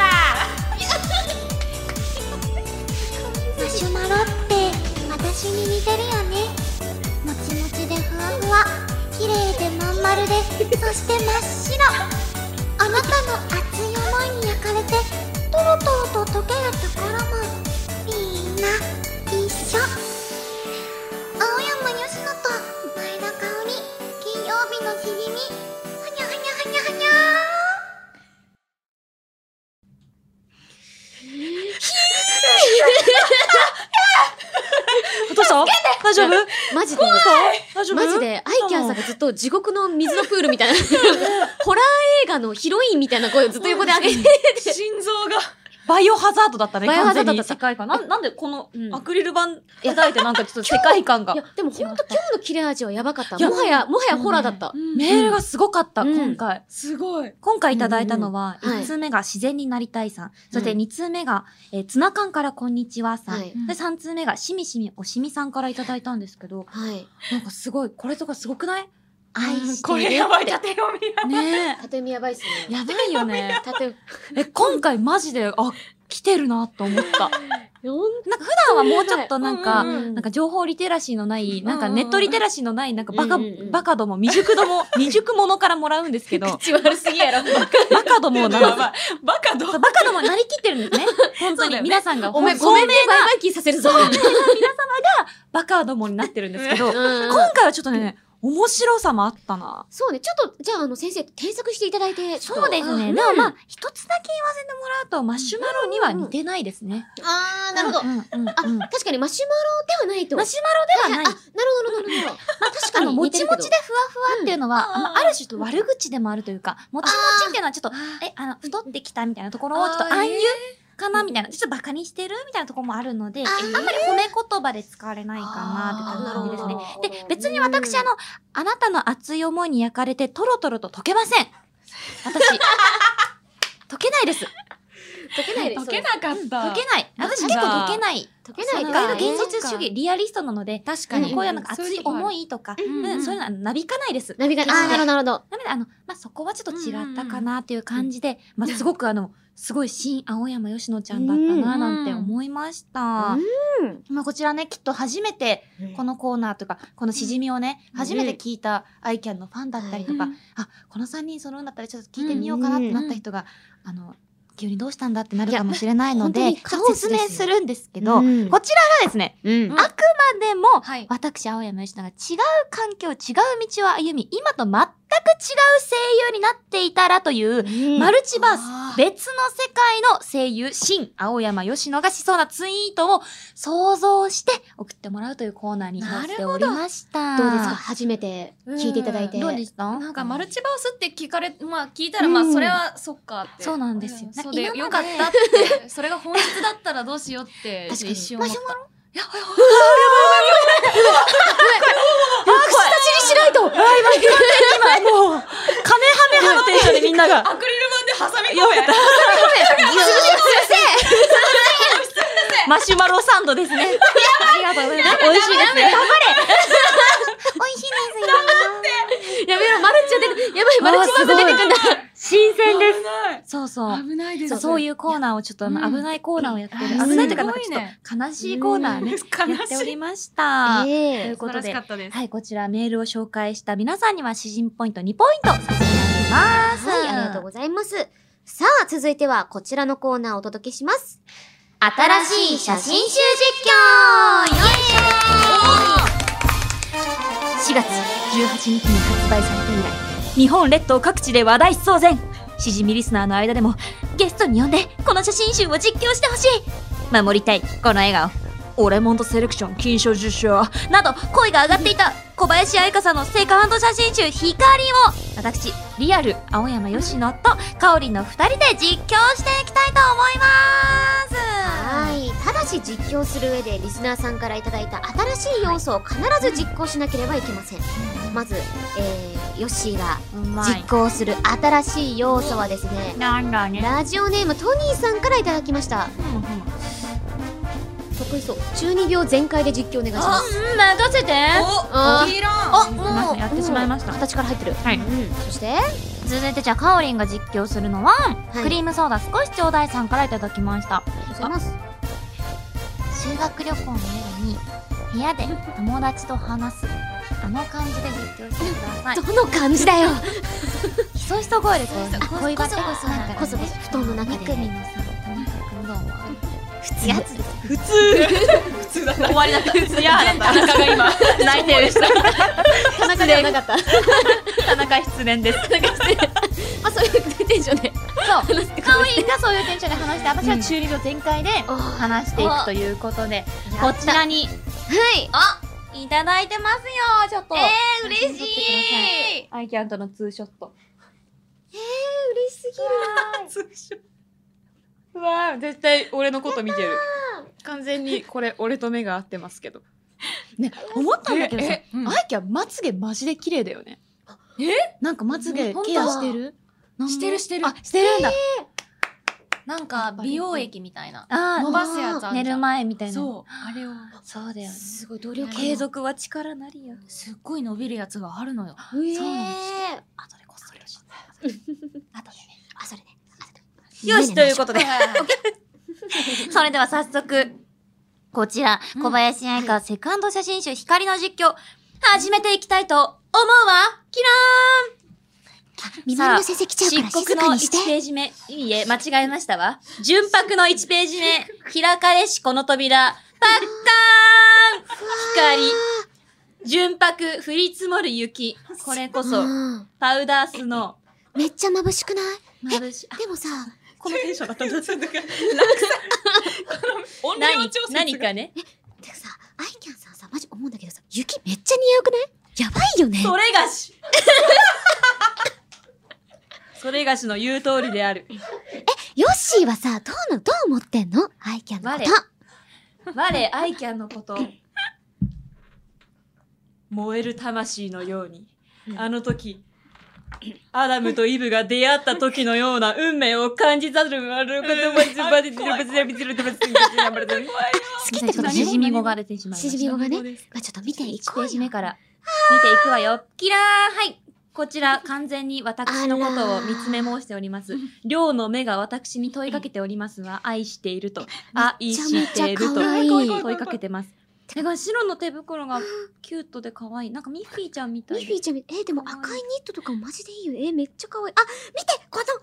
Speaker 4: ー。マシュマロって私に似てるよね。もちもちでふわふわ、綺麗でまん丸で、そして真っ白。あなたの熱い思いに焼かれてトロトロと溶けるところもみんな一緒。青山佳乃と前田香織、金曜日のしじみ、はにゃはにゃはにゃはにゃ
Speaker 2: どうした大丈夫
Speaker 1: マジで
Speaker 2: 大丈夫
Speaker 1: マジでアイキャンさんがずっと地獄の水のプールみたいなホラー映画のヒロインみたいな声をずっと横で上げて
Speaker 3: 心臓が。
Speaker 2: バイオハザードだったね。
Speaker 1: バイオハザードだった
Speaker 2: 完全に世界観。なんでこの
Speaker 1: うん
Speaker 2: アクリル板叩いてなんかちょっと世界観が
Speaker 1: い。やでもほんと今日の切れ味はやばかった。
Speaker 2: いや
Speaker 1: もはやホラーだった。
Speaker 2: メールがすごかった、
Speaker 1: うん
Speaker 2: 今回。
Speaker 3: すごい。
Speaker 2: 今回いただいたのは、
Speaker 1: うんうん
Speaker 2: 1通目が自然になりたいさん。そして2通目が、ツナ缶からこんにちはさん。
Speaker 1: はい
Speaker 2: で、3通目がしみしみおしみさんからいただいたんですけど、
Speaker 1: はい。
Speaker 2: なんかすごい、これとかすごくない
Speaker 1: 愛してる。
Speaker 3: これやばい、縦読みや。
Speaker 2: ね
Speaker 1: 縦見やばいっすね。
Speaker 2: え。やばいよね。
Speaker 1: 縦。
Speaker 2: 今回マジで、来てるなと思った。
Speaker 1: ほん
Speaker 2: なんか普段はもうちょっとなんか、
Speaker 1: うんうんうん
Speaker 2: なんか情報リテラシーのない、なんか
Speaker 3: うんうん
Speaker 2: ネットリテラシーのない、なんか
Speaker 1: うんうんうん
Speaker 2: バカども、未熟者からもらうんですけど、
Speaker 1: 口悪すぎやろ。
Speaker 2: バカどもなの。
Speaker 3: やばい。バカど
Speaker 2: そうバカどもになりきってるんですね。本当に。
Speaker 3: そうだよね
Speaker 2: 皆さんが、
Speaker 1: お前
Speaker 2: 聡
Speaker 1: ごめんね、
Speaker 2: 明な
Speaker 1: バイバイキーさせるぞ。
Speaker 2: バカどもになってるんですけど、
Speaker 1: うん
Speaker 2: 今回はちょっとね、面白さもあったな。
Speaker 1: そうね、ちょっと、じゃあ、先生、添削していただいて、ちょっと
Speaker 2: そうですね。
Speaker 1: ん
Speaker 2: でもまあ、一つだけ言わせてもらうと、マシュマロには似てないですね。
Speaker 1: あー、なるほど。
Speaker 2: うんうんうん
Speaker 1: あ、確かにマシュマロではないと。
Speaker 2: マシュマロではない。
Speaker 1: あ、なるほど、なるほど。まあ、確かに
Speaker 2: も
Speaker 1: 似てるけど。
Speaker 2: ちもちでふわふわっていうのは、
Speaker 3: うん
Speaker 2: ある種と悪口でもあるというか、もちもちっていうのはちょっと、太ってきたみたいなところをちょっと暗喩かなみたいな、ちょっとバカにしてるみたいなところもあるので、あんまり褒め言葉で使われないかなって感じですね。で、別に私あなたの熱い思いに焼かれてトロトロと溶けません。私、溶けないです。
Speaker 1: 溶けないです。
Speaker 3: 溶けなかった。
Speaker 2: 溶けない。私結構溶けない。
Speaker 1: 溶けない
Speaker 2: 意
Speaker 1: か
Speaker 2: 外と現実主義、リアリストなので、
Speaker 3: 確
Speaker 1: かに
Speaker 2: こういうなんか熱い思いとか、そういうのはなびかないです。
Speaker 1: ナビが、あー、なるほど、なるほど。
Speaker 2: なので、まあ、そこはちょっと違ったかなっていう感じで、まあ、すごくすごい新青山佳乃ちゃんだったななんて思いました。まあ、こちらね、きっと初めてこのコーナーとか、このしじみをね、初めて聞いたアイキャンのファンだったりとか、あ、この3人揃うんだったらちょっと聞いてみようかなってなった人が、急にどうしたんだってなるかもしれないので、
Speaker 1: いや
Speaker 2: ちょっと説明するんですけど、
Speaker 1: うん
Speaker 2: こちらがですね、
Speaker 1: うん。
Speaker 2: あくまでも、
Speaker 3: はい
Speaker 2: 私、青山佳乃が違う環境、違う道を歩み、今と全く違う声優になっていたらという、マルチバース、別の世界の声優、新青山佳乃がしそうなツイートを想像して送ってもらうというコーナーになっておりました。
Speaker 1: どうですか初めて聞いていただいて。
Speaker 2: どうでした
Speaker 3: なんかマルチバースって聞いたら、まあそれはそっかって。
Speaker 2: そうなんですよ
Speaker 3: そうで
Speaker 2: 今まで
Speaker 3: よかったって、それが本質だったらどうしようって
Speaker 1: 確かに
Speaker 3: 一瞬思った。
Speaker 1: 口立ちにしないと
Speaker 2: 今もう、カメハメハのテンションでみんなが。
Speaker 3: アクリル板で挟み込め。
Speaker 2: マシュマロサンドですね。ありがとうございます。美味しいですね。
Speaker 4: 美味しいですよ。
Speaker 1: やめろ、マルチ出てくる。やばい、マルチバース出てくるんだ。
Speaker 2: 新鮮です。
Speaker 3: 危ない。
Speaker 2: そうそう。
Speaker 3: 危ないです。
Speaker 2: そういうコーナーをちょっと危ないコーナーをやってる。
Speaker 3: うん
Speaker 2: 危ないというか、なんかちょっ
Speaker 3: すごいね
Speaker 2: と悲しいコーナーね、
Speaker 3: うん
Speaker 2: やっておりました。と
Speaker 1: え
Speaker 2: いうことで
Speaker 3: 素晴らしか、ったです。
Speaker 2: はい、こちらメールを紹介した皆さんには詩人ポイント2ポイント差し上げます。
Speaker 1: はい、ありがとうございます。さあ、続いてはこちらのコーナーをお届けします。
Speaker 4: 新しい写真集実況。よいしょ。
Speaker 2: 4月18日に発売されて以来、日本列島各地で話題騒然。しじみリスナーの間でもゲストに呼んでこの写真集を実況してほしい。守りたいこの笑顔。 オレモンドセレクション金賞受賞など声が上がっていた小林愛花さんのセカンド写真集光を私リアル青山佳乃とかおりんの2人で実況していきたいと思います
Speaker 1: はい。ただし実況する上でリスナーさんからいただいた新しい要素を必ず実行しなければいけません。まず、ヨッシーが実行する新しい要素はですね、
Speaker 2: なんだね
Speaker 1: ラジオネームトニーさんからいただきました。得意そう。12秒全開で実況お願いします。
Speaker 2: 任せて
Speaker 1: あ
Speaker 3: ヒーロ
Speaker 1: あ、
Speaker 2: もうやってしまいました
Speaker 1: 形から入ってる。
Speaker 2: はい
Speaker 1: そして
Speaker 2: 続いてじゃあかおりんが実況するのは、
Speaker 1: い
Speaker 2: クリームソーダ少しちょうだいさんからいただきました。
Speaker 1: ありがとうございます。
Speaker 4: 修学旅行の夜に部屋で友達と話すあの感じで実況してください。
Speaker 1: どの感じだよ。
Speaker 2: ひそひそ声でこう恋バテ
Speaker 4: こそなんか
Speaker 1: こそこそ布団の中で
Speaker 4: 2組のさ田中君どう思う
Speaker 1: 普通
Speaker 4: やつです
Speaker 2: 普通終わりだった普通やだった田中が今泣いてる
Speaker 1: 田中ではなかった。
Speaker 2: 田中失恋です
Speaker 1: あ、そういうテンションで。
Speaker 2: そうかおりんがそういうテンションで話して私は中二病全開で話していくということでこちらに
Speaker 1: はい
Speaker 2: いただいてますよちょっと
Speaker 1: 嬉しい。
Speaker 2: アイキャンとのツーショット
Speaker 1: 嬉しすぎる。
Speaker 2: ツーショットうわー絶対俺のこと見てる完全にこれ俺と目が合ってますけどね思ったんだけどさアイキャンまつげマジで綺麗だよねなんかまつげケアしてる
Speaker 3: してるしてる。
Speaker 2: あしてるんだ
Speaker 3: なんか美容液みたいな。
Speaker 2: あ
Speaker 3: 伸ばすやつあんじゃん。
Speaker 2: 寝る前みたいな
Speaker 3: そう。あれを。
Speaker 2: そうだよね
Speaker 1: すごい努力。
Speaker 2: 継続は力なりや
Speaker 3: すっごい伸びるやつがあるのよ。
Speaker 1: そうなんです。
Speaker 2: 後でこっそり教えて
Speaker 1: あとでね。あ、それね。
Speaker 2: よしということでそれでは早速こちら小林愛花セカンド写真集光の実況始めていきたいと思うわキラーン
Speaker 1: 見丸の先生来ちゃうから
Speaker 2: 漆黒の1
Speaker 1: 静かにして。
Speaker 2: ページ目いいえ間違えましたわ純白の1ページ目開かれしこの扉パッカーン光純白降り積もる雪これこそ
Speaker 1: うん
Speaker 2: パウダースノ
Speaker 1: めっちゃ眩しくない？
Speaker 2: ー眩しい
Speaker 1: でもさ、
Speaker 2: このテンションだったんだ
Speaker 3: 音量調節が
Speaker 2: 何かね
Speaker 1: てかさ、アイキャンさんさ、マジ思うんだけどさ、雪めっちゃ似合うくない？やばいよね。
Speaker 2: それがしそれがしの言う通りである
Speaker 1: ヨッシーはさ、どう思ってんの？アイキャンのこと。
Speaker 2: 我アイキャンのこと燃える魂のように、あの時アダムとイブが出会った時のような運命を感じざるを得ることもずばで好
Speaker 1: きってことね。
Speaker 2: しじみ語が出てしまいました
Speaker 1: しじみ語がね。まあちょっと見てい
Speaker 2: 1ペー
Speaker 1: こうよ。
Speaker 2: ジ目から見ていくわよキラーはいこちら完全に私のことを見つめ申しております両の目が私に問いかけておりますは愛していると愛していると
Speaker 1: めっちゃ可愛い
Speaker 2: 問いかけてますだから白の手袋がキュートで可愛いなんかミッフィーちゃんみたい
Speaker 1: ミッフィーちゃん、でも赤いニットとかもマジでいいよ。めっちゃ可愛い。あ、見てこの、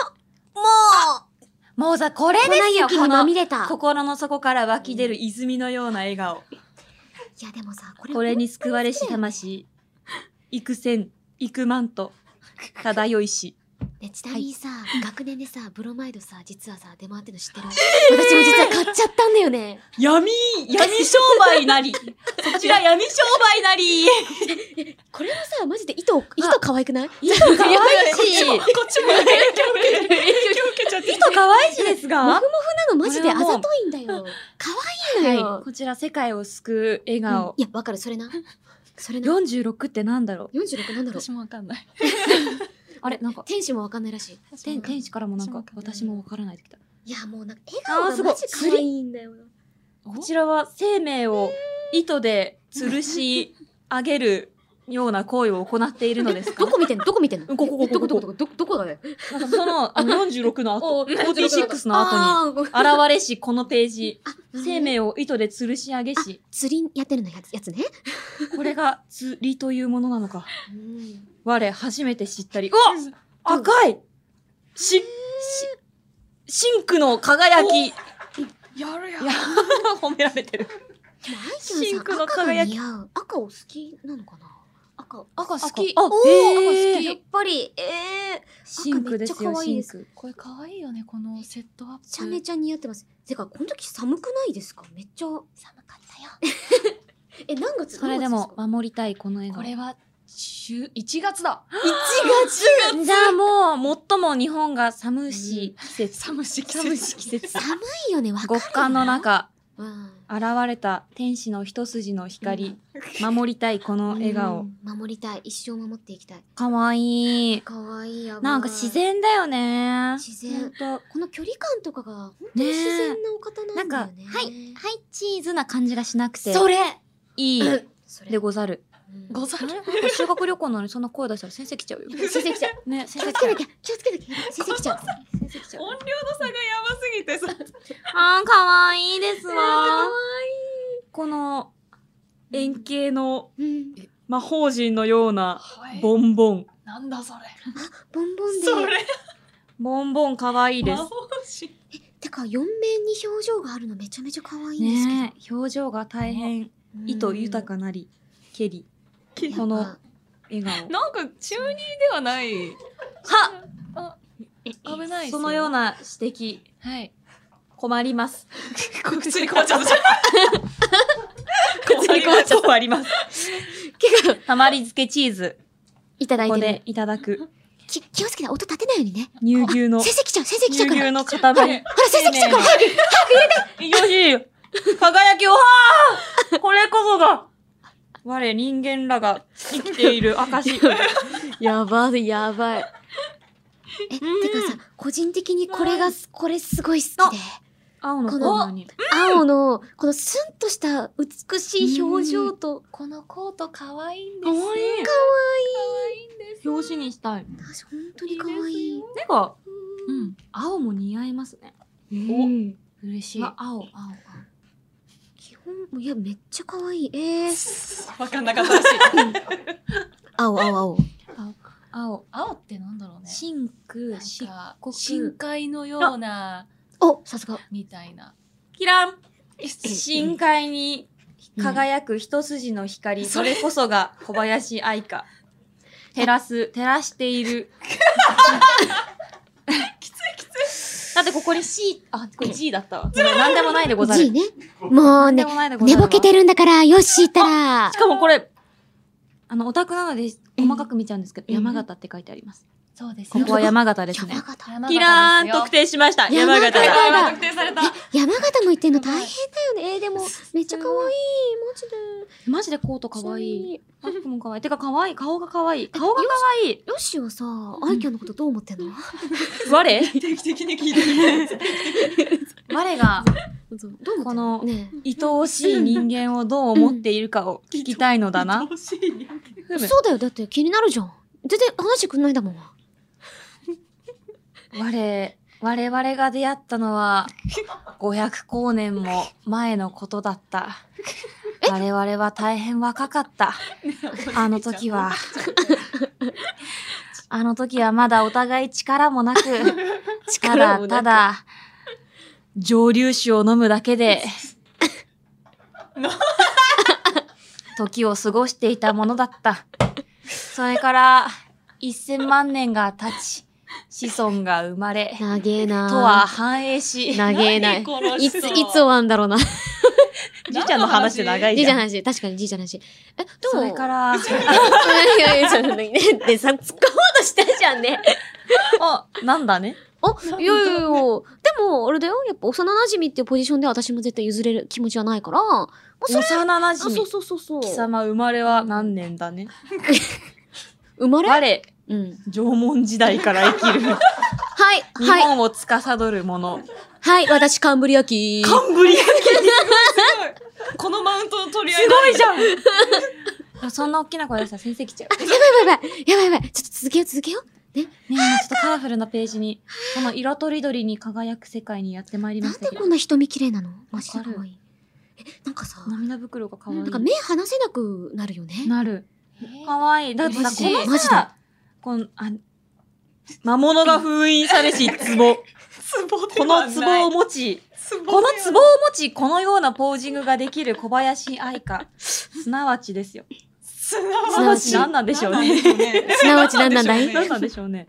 Speaker 2: もうさこれですよ
Speaker 1: 粉雪にまみれた。
Speaker 2: 心の底から湧き出る泉のような笑顔
Speaker 1: いやでもさ、
Speaker 2: これに救われし魂幾千幾万と漂いし
Speaker 1: ね、ちなみにさ、学年でさ、ブロマイドさ、実はさ、出回ってるの知ってる？私も実は買っちゃったんだよね。
Speaker 2: 闇商売なりそちら闇商売なり
Speaker 1: これはさ、マジで糸可愛くない？
Speaker 2: 糸可愛いし
Speaker 3: こっちも影響受けちゃって。
Speaker 2: 糸可愛いしですが
Speaker 1: モフモフなのマジであざといんだよ。可愛いのよ。
Speaker 2: こちら世界を救う笑顔、
Speaker 1: いや、わかる、それな。それな。
Speaker 2: 46ってなんだろう
Speaker 1: 46なんだろう。
Speaker 3: 私もわかんない。
Speaker 2: あれなんか
Speaker 1: 天使もわかんないらしい。
Speaker 2: 天使からもなんか私もわからないできた
Speaker 1: いや、もうなんか笑顔
Speaker 2: あーすごい
Speaker 1: がマジ可愛いんだよな。
Speaker 2: こちらは生命を糸で吊るし上げるような行為を行っているのですか
Speaker 1: どこ見てんの？どこ見てんの？
Speaker 2: ここ
Speaker 1: どこだね。
Speaker 2: その46の後46の後に
Speaker 1: に
Speaker 2: 現れしこのページ生命を糸で吊るし上げし
Speaker 1: 釣りやってるのやつね。
Speaker 2: これが釣りというものなのか
Speaker 1: うん
Speaker 2: 我初めて知ったりうわ赤いシンクの輝き
Speaker 3: やるや
Speaker 2: いや褒められてる
Speaker 1: でもアイキャンさん
Speaker 2: シンクの
Speaker 1: 赤が
Speaker 2: 輝き
Speaker 1: 似合う。赤を好きなのかな？赤
Speaker 3: 赤好き。
Speaker 2: あ
Speaker 1: おー、
Speaker 2: へー
Speaker 1: やっぱりシンクですよ、
Speaker 2: 赤めっちゃ可愛いです
Speaker 1: シンク。
Speaker 3: これ可愛いよね、このセットアップ。
Speaker 1: めちゃめちゃ似合ってます。てか、この時寒くないですか？めっちゃ。
Speaker 2: 寒かったよ。
Speaker 1: 何月？
Speaker 2: それでも
Speaker 1: 何
Speaker 2: 守りたいこの笑顔。
Speaker 3: これは1月だ。
Speaker 1: 月ですか？
Speaker 2: じゃあもう最も日本が寒し季節、
Speaker 3: 寒し季
Speaker 2: 寒し季節。
Speaker 1: 寒いよね、わかるよ。
Speaker 2: 極寒の中
Speaker 1: うん
Speaker 2: 現れた天使の一筋の光、守りたいこの笑顔。
Speaker 1: 守りたい。一生守っていきたい。
Speaker 2: かわいい。
Speaker 1: かわいいやばい。
Speaker 2: なんか自然だよね。
Speaker 1: 自然。
Speaker 2: ほんと
Speaker 1: この距離感とかが本当に自然なお方なんだよね。
Speaker 2: はいチーズな感じがしなくて。
Speaker 1: それ
Speaker 2: いい。
Speaker 1: それ
Speaker 2: でござる。
Speaker 3: ござる。
Speaker 2: なんか修学旅行なのにそんな声出したら先生来ちゃうよ。
Speaker 1: 先生来ちゃう。
Speaker 2: ね、先生来ちゃう
Speaker 1: 気をつけなき。ゃ。気をつけなきゃ。先生来ちゃう。先生来ちゃう。
Speaker 3: 音量の差がやばすぎてさ。
Speaker 2: あー、かわいいですわ。この円形の
Speaker 1: うん。
Speaker 2: 魔法陣のような
Speaker 3: はい。
Speaker 2: ボンボン。
Speaker 3: なんだそれ。
Speaker 1: ボンボンで。
Speaker 3: それ。
Speaker 2: ボンボンかわいいです
Speaker 3: 魔。法師。
Speaker 1: てか、4面に表情があるのめちゃめちゃ可愛いんですけど。
Speaker 2: ねえ、表情が大変意図豊かなり、けり。この笑顔。
Speaker 3: なんか中二ではない。
Speaker 2: は
Speaker 3: 危ないですよ。
Speaker 2: そのような指摘、
Speaker 3: はい。
Speaker 2: 困ります。
Speaker 3: 普通に困っちゃった。
Speaker 2: 普通に困っちゃ困ります。
Speaker 1: 結構、
Speaker 2: たまり漬けチーズ、
Speaker 1: いただいてる
Speaker 2: ここで。いただく。
Speaker 1: 気をつけて、音立てないようにね。
Speaker 2: 乳牛の、
Speaker 1: 先生来ちゃう、先生来ちゃうから。
Speaker 2: 乳牛の塊。
Speaker 1: ほら、先生来ちゃうから、早く。
Speaker 2: よし輝きをはーこれこそが我人間らが生きている証。
Speaker 1: やばい、やばい。てかさ、個人的にこれすごい好きで。
Speaker 2: 青のコー
Speaker 1: この
Speaker 2: ナーに。
Speaker 1: 青の、このスンとした美しい表情と、
Speaker 3: このコート可愛いんです。
Speaker 2: かわいい。
Speaker 3: 可愛いんです。
Speaker 2: 表紙にしたい。
Speaker 1: 私本当に可愛い。
Speaker 2: てか、
Speaker 3: うん。
Speaker 2: 青も似合いますね。
Speaker 1: うん。
Speaker 3: 嬉しい。
Speaker 2: 青。
Speaker 1: 基本、いや、めっちゃ可愛い。
Speaker 3: わかんなかったらしい。
Speaker 1: 青。
Speaker 2: 青。
Speaker 3: 青ってなんだろうね。
Speaker 2: 真空、
Speaker 3: なん
Speaker 2: 漆
Speaker 3: か
Speaker 2: 黒。
Speaker 3: 深海のような、
Speaker 1: お、さすが。
Speaker 3: みたいな。
Speaker 2: キラン深海に輝く一筋の光、それこそが小林愛花。照らしている。きつい。だってここに C、あ、これ G だったわ。これなんでもないでござる。
Speaker 1: G ね。もうね
Speaker 2: なんでも、ないでござるわ。
Speaker 1: 寝ぼけてるんだから、よし言ったら
Speaker 2: し。かもこれ、オタクなので細かく見ちゃうんですけど、山形って書いてあります。
Speaker 3: そうですよ。
Speaker 2: ここは山形ですね
Speaker 1: 山。形。
Speaker 3: 山形
Speaker 2: キラーン特定しました。山形
Speaker 1: 山形
Speaker 2: だ。
Speaker 3: 特定された。
Speaker 1: 山形も行ってんの大変だよね。でも、めっちゃ可愛い。マジで。
Speaker 2: マジでコートかわいい。
Speaker 1: い。
Speaker 2: マスクもかわいい。てかかわいい。顔がかわいい。顔がかわいい。
Speaker 1: ヨッシーはさ、アイキャンのことどう思ってんの？
Speaker 2: 我
Speaker 3: 定期的に聞いてる。
Speaker 2: 我が、
Speaker 1: どう思ってん
Speaker 2: この
Speaker 1: ね
Speaker 2: 愛おしい人間をどう思っているかを聞きたいのだな。
Speaker 3: 欲しいね。
Speaker 2: ふむ
Speaker 1: そうだよ。だって気になるじゃん。全然話してくんないんだもん。
Speaker 2: 我々が出会ったのは500光年も前のことだった。我々は大変若かった。あの時は。あの時はまだお互い力もなく、ただ、蒸留酒を飲むだけで、時を過ごしていたものだった。それから、1000万年が経ち、子孫が生まれ、
Speaker 1: 長えな。
Speaker 2: とは繁栄し、
Speaker 1: 長えない。
Speaker 3: この人
Speaker 1: いつ終わんだろうな。
Speaker 2: じいちゃんの話で長いじゃん。
Speaker 1: じいちゃんの話。確かにじいちゃんの話。でも。
Speaker 2: それから、
Speaker 1: いやいや、ちょっとね。でさ、突っ込もうとしたじゃんね。
Speaker 2: あ、なんだね。
Speaker 1: いやいやいや。でも、あれだよ。やっぱ幼馴染っていうポジションで私も絶対譲れる気持ちはないから。まあ、それ
Speaker 2: 幼馴
Speaker 1: あ、
Speaker 2: 染。
Speaker 1: そう。
Speaker 2: 貴様生まれは何年だね。
Speaker 1: 生まれ
Speaker 2: 我、
Speaker 1: うん。
Speaker 2: 縄文時代から生きる。
Speaker 1: はい、
Speaker 2: 日
Speaker 1: はい、
Speaker 2: 本を司る者。
Speaker 1: はい、私、カンブリア紀。
Speaker 2: カンブリア
Speaker 3: このマウントの取り合い
Speaker 2: すごいじゃんそんな大きな声でさ、先生来ちゃう。
Speaker 1: やばい。ちょっと続けよう。
Speaker 2: ねえ、ちょっとカラフルなページに、この色とりどりに輝く世界にやってまいりま
Speaker 1: なん
Speaker 2: したけど。
Speaker 1: でこんな瞳綺麗なの？マジで
Speaker 2: わかる
Speaker 1: 可愛い。なんかさ、
Speaker 2: 涙袋が可愛い。
Speaker 1: なんか目離せなくなるよね。
Speaker 2: なる。可愛い。だってさ、
Speaker 1: マジで
Speaker 2: この
Speaker 1: マジで
Speaker 2: さ、この、魔物が封印されし壺。この壺を持ち、この壺を持ち、このようなポージングができる小林愛花。すなわちですよ。
Speaker 3: す
Speaker 2: すなわち何なんでしょうね。
Speaker 1: すなわち何なんだい
Speaker 2: 何なんでしょうね。
Speaker 1: す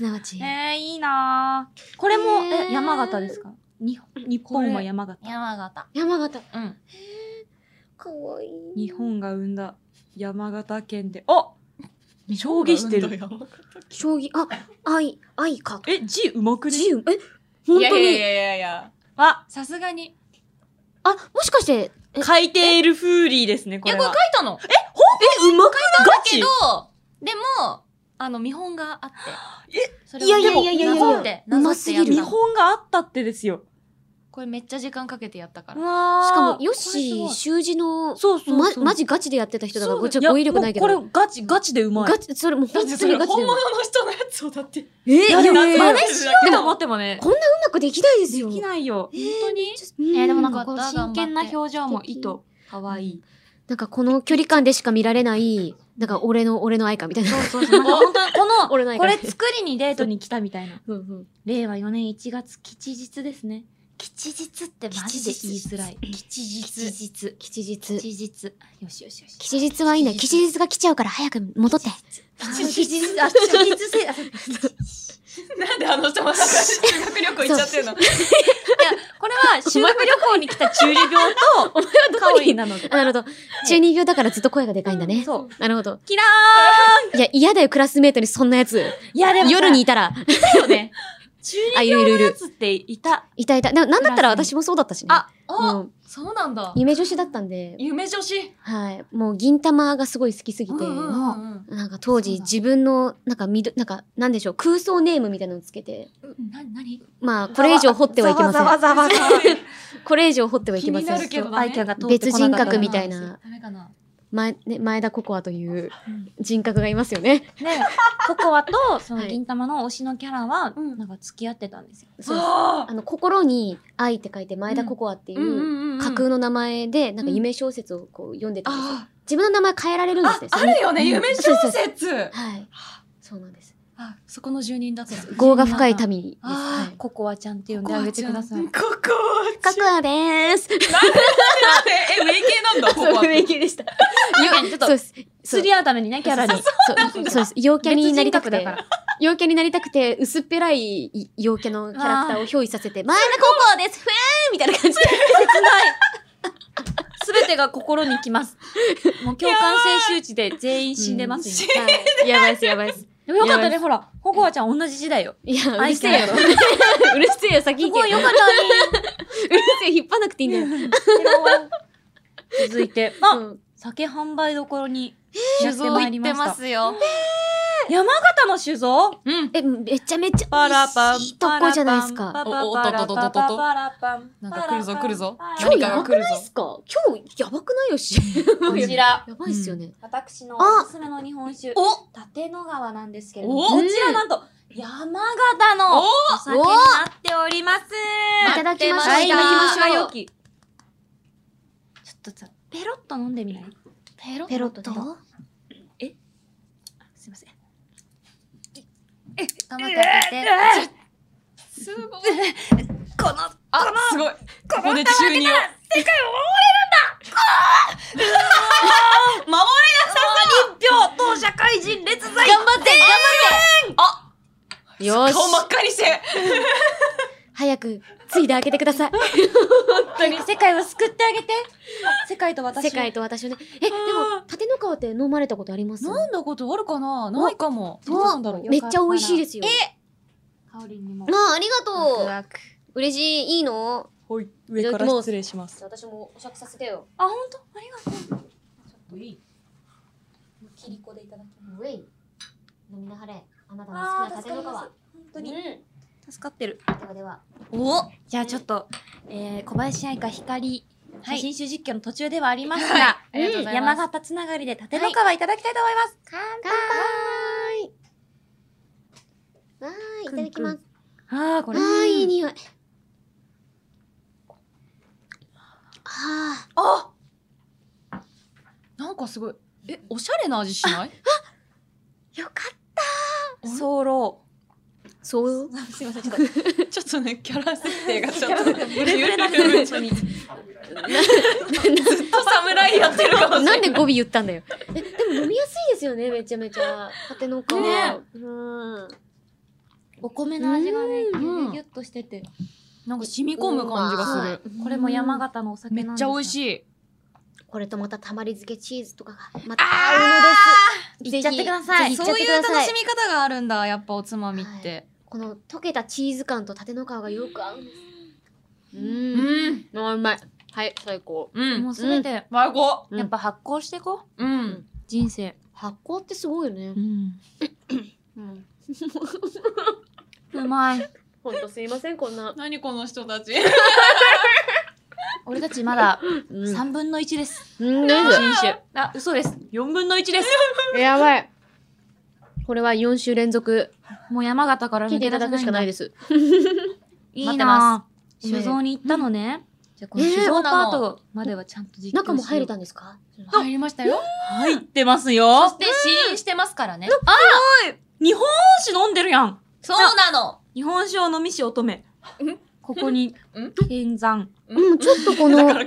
Speaker 1: すなわち。
Speaker 2: いいなぁ。これも、山形ですか？日本は山形。
Speaker 3: 山形。
Speaker 1: 山形。
Speaker 3: うん。
Speaker 1: かわいい。
Speaker 2: 日本が生んだ山形県で、あ、将棋してる。
Speaker 1: 将棋、愛か。
Speaker 2: 字うまくね？
Speaker 1: 字、本当に。
Speaker 3: いや。
Speaker 2: あ、
Speaker 3: さすがに。
Speaker 1: あ、もしかして、
Speaker 2: 書いているフーリーですね、これは。
Speaker 3: いや、これ書いたの。
Speaker 2: うまくガチ
Speaker 3: けど、でも、見本があって。それを
Speaker 1: いやいや
Speaker 3: なぞって
Speaker 1: うますぎる
Speaker 2: 見
Speaker 3: なぞってやったの
Speaker 2: 本があったってですよ。
Speaker 3: これめっちゃ時間かけてやったから。
Speaker 2: わー
Speaker 1: しかも、ヨッ
Speaker 2: これす
Speaker 1: シー、
Speaker 2: ごい
Speaker 1: 習字の、
Speaker 2: そう
Speaker 1: マジガチでやってた人だから、ちょっ
Speaker 2: いや
Speaker 1: と語彙力ないけど。
Speaker 2: もうこれガチでうまい。
Speaker 1: ガチ、それもう本当にガチで。
Speaker 3: 本物の人のやつをだって。
Speaker 1: いや
Speaker 2: でも真似
Speaker 3: しよう
Speaker 2: でも待ってもね、
Speaker 1: こんなうまくできないですよ。
Speaker 2: できないよ。
Speaker 3: 本当に
Speaker 1: でも
Speaker 2: でもなんかこの真剣な表情も意図かわいい。
Speaker 1: なんかこの距離感でしか見られない、なんか俺の愛かみたいな。
Speaker 2: そうなんか本当に
Speaker 1: 俺の愛
Speaker 2: これ作りにデートに来たみたいな。
Speaker 1: うん
Speaker 2: 令和4年1月吉日ですね。吉日ってマジで言いづらい。吉日。
Speaker 1: 吉日。
Speaker 2: 吉日。よし。
Speaker 1: 吉日はいいね。吉日が来ちゃうから早く戻って。
Speaker 2: 吉日、吉日せ、
Speaker 3: なんであの人も修学旅行行っちゃってんの？
Speaker 2: これは修学旅行に来た中二病と、カオリンなので。
Speaker 1: なるほど。中二病だからずっと声がでかいんだね。
Speaker 2: そう。
Speaker 1: なるほど。
Speaker 2: キラ
Speaker 1: いや、嫌だよ、クラスメートにそんなやつ。
Speaker 2: ーいやでもさ
Speaker 1: 夜にいたら。
Speaker 2: いたよね。中
Speaker 1: あ、
Speaker 2: 二
Speaker 1: いるいるいる。
Speaker 2: 病のやつっていた。
Speaker 1: いた。でもなんだったら私もそうだったしね。
Speaker 2: あ、
Speaker 1: もう
Speaker 3: そうなんだ。
Speaker 1: 夢女子だったんで。
Speaker 3: 夢女子。
Speaker 1: はい。もう銀玉がすごい好きすぎて。
Speaker 3: うん
Speaker 1: なんか当時自分の、なんでしょう、空想ネームみたいなのつけて。
Speaker 3: 何？
Speaker 1: まあ、これ以上掘ってはいけません。
Speaker 2: ざわざわ。
Speaker 1: これ以上掘ってはいけません。
Speaker 3: 気になるけどね
Speaker 2: アイキャンが通って
Speaker 1: 別
Speaker 2: こなかった
Speaker 1: 人格みたいな、
Speaker 3: ダメかな。
Speaker 1: 前田ココアという人格がいますよね。
Speaker 2: で、ココアとその
Speaker 1: はい
Speaker 2: 銀玉の推しのキャラは、
Speaker 1: うん
Speaker 2: なんか付き合ってたんですよ。
Speaker 1: そうです。
Speaker 3: あ
Speaker 1: 心に愛って書いて前田ココアっていう架空の名前で、なんか夢小説をこう読んでたんですよ。
Speaker 3: あ
Speaker 1: 自分の名前変えられるんですね。
Speaker 3: あるよね、
Speaker 1: うん
Speaker 3: 夢小
Speaker 1: そうそう
Speaker 3: 説。
Speaker 1: はい。そうなんです。
Speaker 3: あ、そこの住人だった。
Speaker 1: 業が深い民です。
Speaker 3: あ
Speaker 1: はい。
Speaker 2: ココアちゃんって呼んであげてください。
Speaker 3: ココ
Speaker 1: ココアでーす。
Speaker 3: ア。え、メイ系なんだ、ココア。
Speaker 1: 名系でした。
Speaker 2: ちょっと
Speaker 1: そうです。
Speaker 2: 釣り合うためにね、キャラに。
Speaker 1: そうです。陽キャになりたくて
Speaker 2: 別人格だか。
Speaker 1: 陽キャになりたくて、薄っぺらい陽キャのキャラクターを憑依させて、前田ココアですふえーみたいな感じで。
Speaker 2: すべてが心にきます。もう共感性周知で全員死んでますよ。
Speaker 1: はいやばいです、やばいです。
Speaker 2: でもよかったね、ほら、ココアちゃん同じ時代よ。
Speaker 1: いや、うる
Speaker 2: 愛
Speaker 1: せえよ。
Speaker 2: 犬
Speaker 1: うるせえよ、先
Speaker 2: す
Speaker 1: 行けよ。
Speaker 2: ごいよかったね。
Speaker 1: うるせえ、引っ張んなくていいんだよ。
Speaker 2: 続いて、
Speaker 1: うん
Speaker 2: 酒販売どころに
Speaker 3: 酒造行ってますよ。
Speaker 2: 山形の酒造
Speaker 3: うん。
Speaker 1: めちゃめちゃ
Speaker 2: パラパン。
Speaker 1: いいとこじゃないですか。
Speaker 3: おっとっとっとっとっとなんか来るぞ来るぞ。
Speaker 1: 今日やばくない
Speaker 3: ぞ
Speaker 1: っ。すか？今日やばくないよし。
Speaker 2: こちら、
Speaker 1: やばいっすよね。
Speaker 2: 私の
Speaker 1: あ
Speaker 2: おすすめの日本酒、
Speaker 3: お
Speaker 2: 立野川なんですけれど
Speaker 3: お
Speaker 2: も、こちらなんと、山形のお酒になっております。
Speaker 1: いただきましょう。
Speaker 2: はい
Speaker 1: いただきましょう。
Speaker 2: ちょっとさ、ペロッと飲んでみない？
Speaker 1: ペロッと。
Speaker 2: すいません。
Speaker 3: 頑張って開けて。
Speaker 2: すごい。
Speaker 3: この、あ、すごい。ここで中二を。
Speaker 2: 守れ一票当社会人列罪
Speaker 1: 頑張って
Speaker 3: あ、
Speaker 1: よし。
Speaker 3: 顔真っ赤にして。
Speaker 1: 早く、ついで開けてください。
Speaker 2: 本当に世界を救ってあげて。世界と私を。
Speaker 1: 世界と私をね。でも、立野川って飲まれたことあります？
Speaker 3: 飲んだことあるかな？ないかも。どうなんだろう。
Speaker 1: めっちゃ美味しいですよ。
Speaker 2: 香りにも。
Speaker 1: ありがとう。嬉しい。いいの？
Speaker 2: ほい。
Speaker 1: 上から失
Speaker 2: 礼します。
Speaker 1: 私もお酌させてよ。
Speaker 2: あ、本当？ありがとう。
Speaker 3: ちょっといい。
Speaker 2: キリコでいただきます。
Speaker 1: ウェイ。飲みなはれ。あなたの好きな立野川。
Speaker 2: 本当に。
Speaker 1: うん。
Speaker 2: 助かってる。
Speaker 1: ではでは。
Speaker 2: おじゃあちょっと、小林愛花光、写真集実況の途中ではありますが、
Speaker 3: はいありがとうございます
Speaker 2: 山形つながりで立野川いただきたいと思います。
Speaker 1: 乾杯。わーい、いただきます。
Speaker 2: ああ、これ。
Speaker 1: いい匂い。あ
Speaker 3: なんかすごい。え、おしゃれな味しない？
Speaker 1: よかっ
Speaker 2: 早漏。
Speaker 1: そう。
Speaker 2: すいません、ちょっと。
Speaker 3: ちょっとね、キャラ設定がちょっと
Speaker 2: ブレブレなんですよ、本当に。
Speaker 3: ずっと侍やってるかもしれな。
Speaker 1: ないんで語尾言ったんだよ。でも飲みやすいですよね、めちゃめちゃ。立野川。
Speaker 2: ね
Speaker 1: うん。
Speaker 2: お米の味がね、ギ
Speaker 1: うん
Speaker 2: ュギュッとしてて。
Speaker 3: なんか染み込む感じがする。
Speaker 2: これも山形のお酒
Speaker 3: めっ
Speaker 2: なんですよ。
Speaker 3: ちゃ美味しい。
Speaker 1: これとまたたまり漬けチーズとかがまた合うのです。
Speaker 2: いっちゃってください
Speaker 1: ぜひ
Speaker 3: そういう楽し
Speaker 1: み
Speaker 3: み方があるんだ、やっぱおつまみって。
Speaker 1: この溶けたチーズ感と立の皮がよく合うんです。
Speaker 3: うん。
Speaker 1: うまい。はい、最高。
Speaker 3: うん。
Speaker 2: もうすべて、
Speaker 3: 最高。
Speaker 1: うん
Speaker 2: やっぱ発酵していこう。
Speaker 3: うん。
Speaker 2: 人生。
Speaker 1: 発酵ってすごいよね。
Speaker 2: ん。
Speaker 1: うん。
Speaker 2: うまい。
Speaker 1: ほんとすいません、こんな。
Speaker 3: 何この人たち。
Speaker 2: 俺たちまだ
Speaker 1: うん
Speaker 2: 3分の1です。
Speaker 1: 何
Speaker 2: 新種。あ、嘘です。4分の1です。
Speaker 1: やばい。これは4週連続
Speaker 2: もう山形から
Speaker 1: 聞いていただくしかない
Speaker 2: で。
Speaker 1: です。
Speaker 2: いい
Speaker 3: 待って
Speaker 2: な
Speaker 1: す
Speaker 2: ぁ。酒造に行ったのね。じゃあこの
Speaker 1: えー
Speaker 2: 酒造パートまではちゃんと実況しよう。
Speaker 1: 中も入れたんですか？
Speaker 3: 入りましたよ。
Speaker 2: 入ってます
Speaker 3: そ
Speaker 2: よ
Speaker 3: し。て試飲してますからね。
Speaker 2: 日本酒飲んでるやん。
Speaker 3: そうなの。
Speaker 2: 日本酒を飲みし乙女。ここに、剣山。
Speaker 1: うん、ちょっとこの
Speaker 2: 慣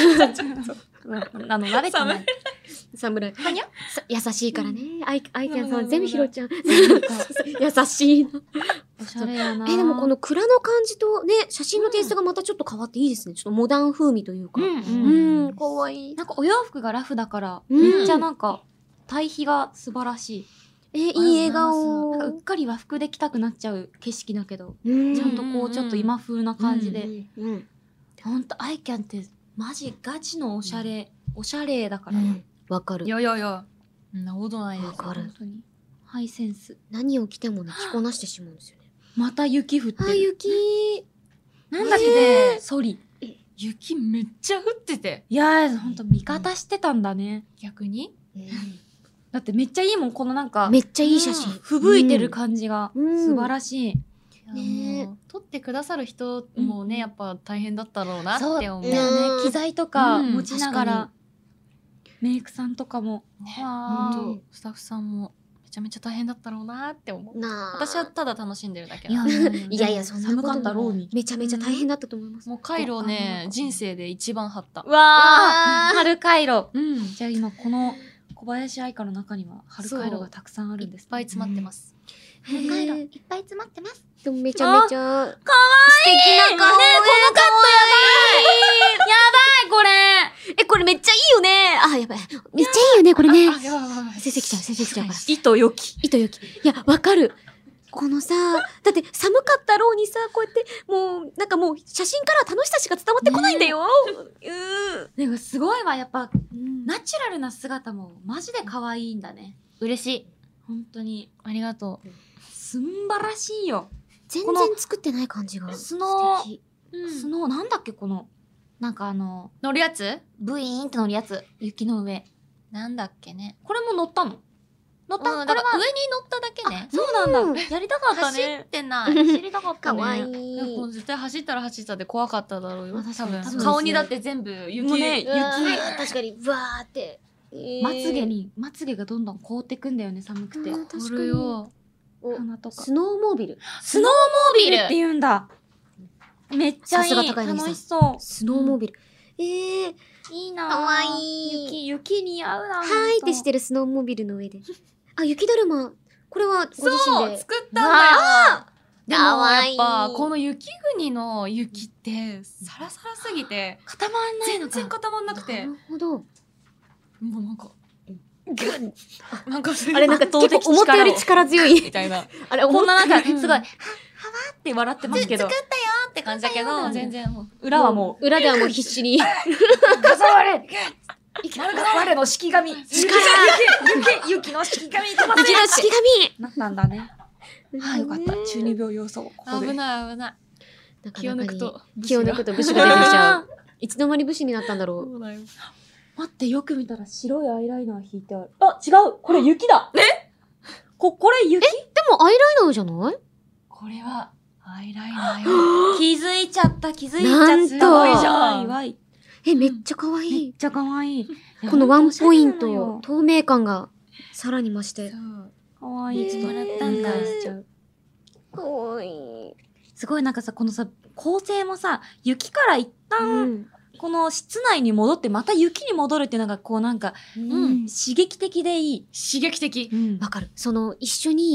Speaker 2: れてない。
Speaker 1: 侍。
Speaker 2: はにゃ
Speaker 1: 優しいからね。アイキャンさん全部拾っちゃう。
Speaker 2: なんか
Speaker 1: 優しいな。
Speaker 2: おしゃれやな。
Speaker 1: でもこの蔵の感じとね、写真のテイストがまたちょっと変わっていいですね。ちょっとモダン風味というか。
Speaker 2: うん
Speaker 1: かわいい。
Speaker 2: なんかお洋服がラフだから、
Speaker 1: うん
Speaker 2: めっちゃなんか、対比が素晴らしい。
Speaker 1: いい笑
Speaker 2: なんか
Speaker 1: 顔。
Speaker 2: うっかり和服で着たくなっちゃう景色だけど、
Speaker 1: ち
Speaker 2: ちゃんとこうちょっと今風な感じで。
Speaker 1: うん。
Speaker 2: ほんと、アイキャンってマジガチのおしゃれ、おしゃれだから。
Speaker 1: わかる
Speaker 3: い。やいやいや。そんなことないです
Speaker 1: わ。かる
Speaker 2: 本当に。ハイセンス。
Speaker 1: 何を着てもね、着こなしてしまうんですよね。
Speaker 2: また雪降ってる。
Speaker 1: 雪。
Speaker 2: なんだっけ、ソリ。
Speaker 3: 雪めっちゃ降ってて。
Speaker 2: いやー、ほんと味方してたんだね。
Speaker 3: 逆に
Speaker 2: だってめっちゃいいもん、このなんか、
Speaker 1: めっちゃいい写真。
Speaker 2: 吹雪いてる感じが
Speaker 1: うん
Speaker 2: 素晴らしい。
Speaker 1: ねえ
Speaker 3: もう撮ってくださる人もね、やっぱ大変だったろうなって思う。
Speaker 1: そう
Speaker 2: だよね、機材とか
Speaker 3: うん
Speaker 2: 持ちながら、メイクさんとかも。わー
Speaker 3: 本当スタッフさんもめちゃめちゃ大変だったろうなって思う。
Speaker 1: なあ。
Speaker 3: 私はただ楽しんでるだけ
Speaker 2: いや
Speaker 3: なんで。
Speaker 1: いやいや、そんなこと
Speaker 2: 寒かったろうに。
Speaker 1: めちゃめちゃ大変だったと思います。
Speaker 3: もうカイロをね、人生で一番張った。
Speaker 2: わー、春回路。
Speaker 3: うん。
Speaker 2: じゃあ今この小林愛花の中には春回路がたくさんあるんです、
Speaker 3: いっぱい詰まってます。
Speaker 1: へ
Speaker 4: 回路
Speaker 1: え
Speaker 4: いっぱい詰まってます。
Speaker 1: でもめちゃめちゃ
Speaker 2: かわいい
Speaker 1: 素敵な顔。
Speaker 2: ねえこのカットやばいこれ
Speaker 1: これめっちゃいいよね。あ、やばい。めっちゃいいよね、これね。
Speaker 3: やばいやばいやばい。
Speaker 1: 先生来ちゃう、先生来ちゃうから。
Speaker 2: 糸よき。
Speaker 1: 糸よき。いや、わかる。このさ、だって寒かったろうにさ、こうやって、なんかもう写真から楽しさしか伝わってこないんだよ。
Speaker 2: でもすごいわ、やっぱ、ナチュラルな姿もマジで可愛いんだね。
Speaker 3: 嬉しい。
Speaker 2: 本当に。
Speaker 3: ありがと
Speaker 2: すんばらしいよ。
Speaker 1: 全
Speaker 2: この
Speaker 1: 然作ってない感じが。
Speaker 2: スノー
Speaker 1: 素敵。
Speaker 3: う。
Speaker 2: スノーなんだっけこの、なんか
Speaker 3: 乗るやつ
Speaker 2: ブイーンって乗るやつ。雪の上。
Speaker 3: なんだっけね。
Speaker 2: これも乗ったの乗った、
Speaker 3: だから上に乗っただけね。
Speaker 2: そうなんだ。
Speaker 1: うん
Speaker 2: やりたかった
Speaker 3: 走っ
Speaker 2: ね。
Speaker 3: てない。
Speaker 2: 知りたかったね。
Speaker 1: かわい
Speaker 3: でも
Speaker 1: い。
Speaker 3: 絶対走ったら走ったで怖かっただろうよ。
Speaker 2: 確かに
Speaker 3: 多分
Speaker 2: そうですね
Speaker 3: 顔にだって全部雪。
Speaker 2: もうね
Speaker 1: うわー確かに、うわーって。
Speaker 2: まつげに、まつげがどんどん凍ってくんだよね、寒くて。
Speaker 1: うん
Speaker 3: これよ。
Speaker 1: お
Speaker 2: 鼻とか。
Speaker 1: スノーモービル。
Speaker 2: スノーモービルって言うんだ。めっちゃいい。
Speaker 1: さすが高柳さん
Speaker 2: 楽しそ
Speaker 1: スノーモービル。
Speaker 2: う。いいなぁ。
Speaker 1: かわいい
Speaker 2: 雪似合うなぁ。
Speaker 1: はーいってしてるスノーモービルの上で。あ、雪だるま。これはご自
Speaker 3: そう
Speaker 1: 身で。
Speaker 3: 作ったんだよ。でも
Speaker 1: かわいい
Speaker 3: やっぱこの雪国の雪ってサラサラすぎて
Speaker 2: 固まんないのか。
Speaker 3: 全然固まんなく
Speaker 1: な
Speaker 3: て
Speaker 1: るほど。
Speaker 3: もうなんかなんか
Speaker 1: あれなんか結構思ったより力強い。
Speaker 3: みたいな
Speaker 1: あれ
Speaker 2: こんななんか、すごい、
Speaker 3: うん
Speaker 2: はわって笑ってますけど、
Speaker 3: って感じだけど全然もう
Speaker 2: 裏はもう、
Speaker 1: 裏ではもう必死に。
Speaker 2: 数われ我の式神雪の式神飛ばせ
Speaker 1: 雪の式
Speaker 2: なったんだね。
Speaker 1: 神
Speaker 2: はい、よかった。中二病要素をここで。
Speaker 3: 危ない危ない
Speaker 1: なか
Speaker 3: 気を
Speaker 1: なかに
Speaker 3: 抜くと
Speaker 1: 気を抜くと武士が出てきちゃう。いつの間に武士になったんだろう。
Speaker 3: そうだよ
Speaker 2: 待って、よく見たら白いアイライナー引いてある。あ、違うこれ雪だこれ雪
Speaker 1: でもアイライナーじゃない？
Speaker 3: これはアイライナーよ
Speaker 2: 気づいちゃった、気づいちゃった。
Speaker 1: なんと
Speaker 2: すごいじゃん。わい。
Speaker 1: めっちゃ可愛
Speaker 2: めっ
Speaker 1: い。
Speaker 2: ちゃ可愛い。
Speaker 1: このワンポイント、
Speaker 2: おしゃれなのよ
Speaker 1: 透明感がさらに増して。
Speaker 2: 可愛い。ちょっと
Speaker 1: ねえ
Speaker 2: 笑ったんだしちゃう。
Speaker 1: 可愛い。
Speaker 2: すごいなんかさ、このさ、構成もさ、雪から一
Speaker 1: う
Speaker 2: 旦、
Speaker 1: ん。
Speaker 2: この室内に戻ってまた雪に戻るっていうのがこうなんか、
Speaker 1: うん
Speaker 2: 刺激的でいい。
Speaker 3: 刺激的
Speaker 2: うん
Speaker 1: わかる。その、一緒に、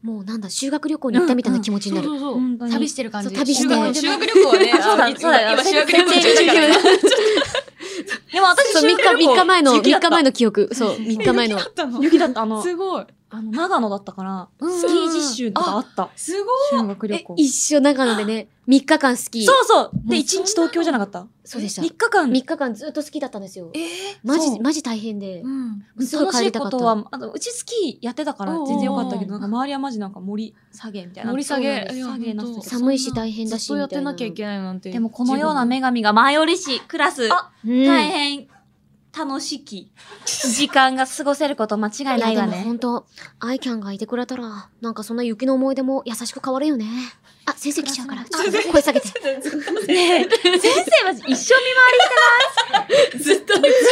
Speaker 1: もうなんだ、修学旅行に行ったみたいな気持ちになる。
Speaker 3: そうそうそう。
Speaker 2: 本当に
Speaker 3: 旅してる感じ。
Speaker 1: そう旅して
Speaker 3: 修学旅行はね、
Speaker 2: そうだそうだ
Speaker 3: 今修学旅行中だから。
Speaker 2: でも私
Speaker 1: そう、3
Speaker 2: 修学旅行
Speaker 1: 日前の、
Speaker 2: 雪だった
Speaker 1: 3日前の記憶。そう、3日前の。
Speaker 2: 雪だった。
Speaker 3: すごい。
Speaker 2: 長野だったから、
Speaker 3: うん
Speaker 2: スキー実習とかあった。
Speaker 3: すごい。
Speaker 2: 修学旅行。
Speaker 1: 一緒長野でね、3日間スキー。
Speaker 2: そうそう。で、1日東京じゃなかった
Speaker 1: そうでした。
Speaker 2: 3日間。
Speaker 1: 3日間ずっとスキーだったんですよ。
Speaker 2: そう
Speaker 1: マジ大変で。
Speaker 3: うん。
Speaker 1: すぐ
Speaker 2: 楽しい
Speaker 1: 帰りたかった。
Speaker 2: ことは、うちスキーやってたから全然よかったけど、
Speaker 3: おー
Speaker 2: なんか周りはマジなんか盛り下げみたいな。
Speaker 3: 盛り下げ。
Speaker 2: そう下げなさ
Speaker 1: 寒いし大変だし
Speaker 3: ずっとやって
Speaker 1: みたいな
Speaker 3: なきゃいけないなんて。
Speaker 2: でもこのような女神が前折りし、クラス、
Speaker 1: うん
Speaker 2: 大変楽しき時間が過ごせること間違いないわ
Speaker 1: やでも
Speaker 2: ね。
Speaker 1: 本当アイキャンがいてくれたら、なんかそんな雪の思い出も優しく変わるよね。あ、先生来ちゃうから、ちょっと声下げて。
Speaker 2: ねえ、先生は一生見回りしてます。ずっと。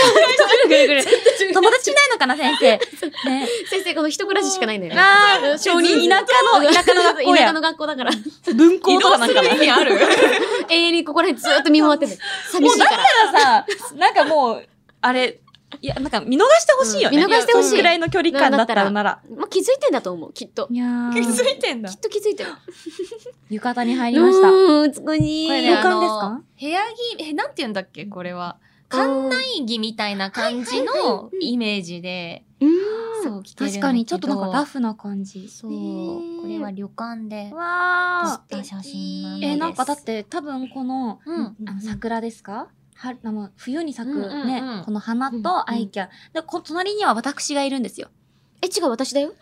Speaker 2: 友達いないのかな、先生。ね
Speaker 1: 先生この一クラスしかないんだよ。
Speaker 2: ああ、
Speaker 1: 少人
Speaker 2: 田舎の学校や
Speaker 1: 田舎の。学校だから。
Speaker 2: 文校とかなんかな。
Speaker 3: 移動する意味ある
Speaker 1: 永遠にここら辺ずっと見回ってて。寂しいから。
Speaker 2: さ、なんかもう、あれ、いや、なんか見逃してほしいよね。
Speaker 1: 見逃してほしい
Speaker 2: そんぐらいの距離感だったらなら。
Speaker 1: まあ、気づいてんだと思う、きっと。
Speaker 2: いやー
Speaker 3: 気づいてんだ
Speaker 1: きっ。と気づいてる。
Speaker 2: 浴衣に入りました。
Speaker 1: 美しい。
Speaker 3: これね、
Speaker 2: 旅館ですか
Speaker 3: 部屋着、なんて言うんだっけこれは。館内着みたいな感じのイメージで、そう、着てるんだけど。
Speaker 2: 確かにちょっとなんかラフな感じ。
Speaker 3: そう。これは旅館で
Speaker 2: わ
Speaker 3: 撮った写真なんです。
Speaker 2: なんかだって多分この、
Speaker 3: うん。
Speaker 2: 桜ですか冬に咲く
Speaker 3: うんうんうん
Speaker 2: ね、この花とアイキャン。で、隣には私がいるんですよ。
Speaker 1: 違う、私だよ。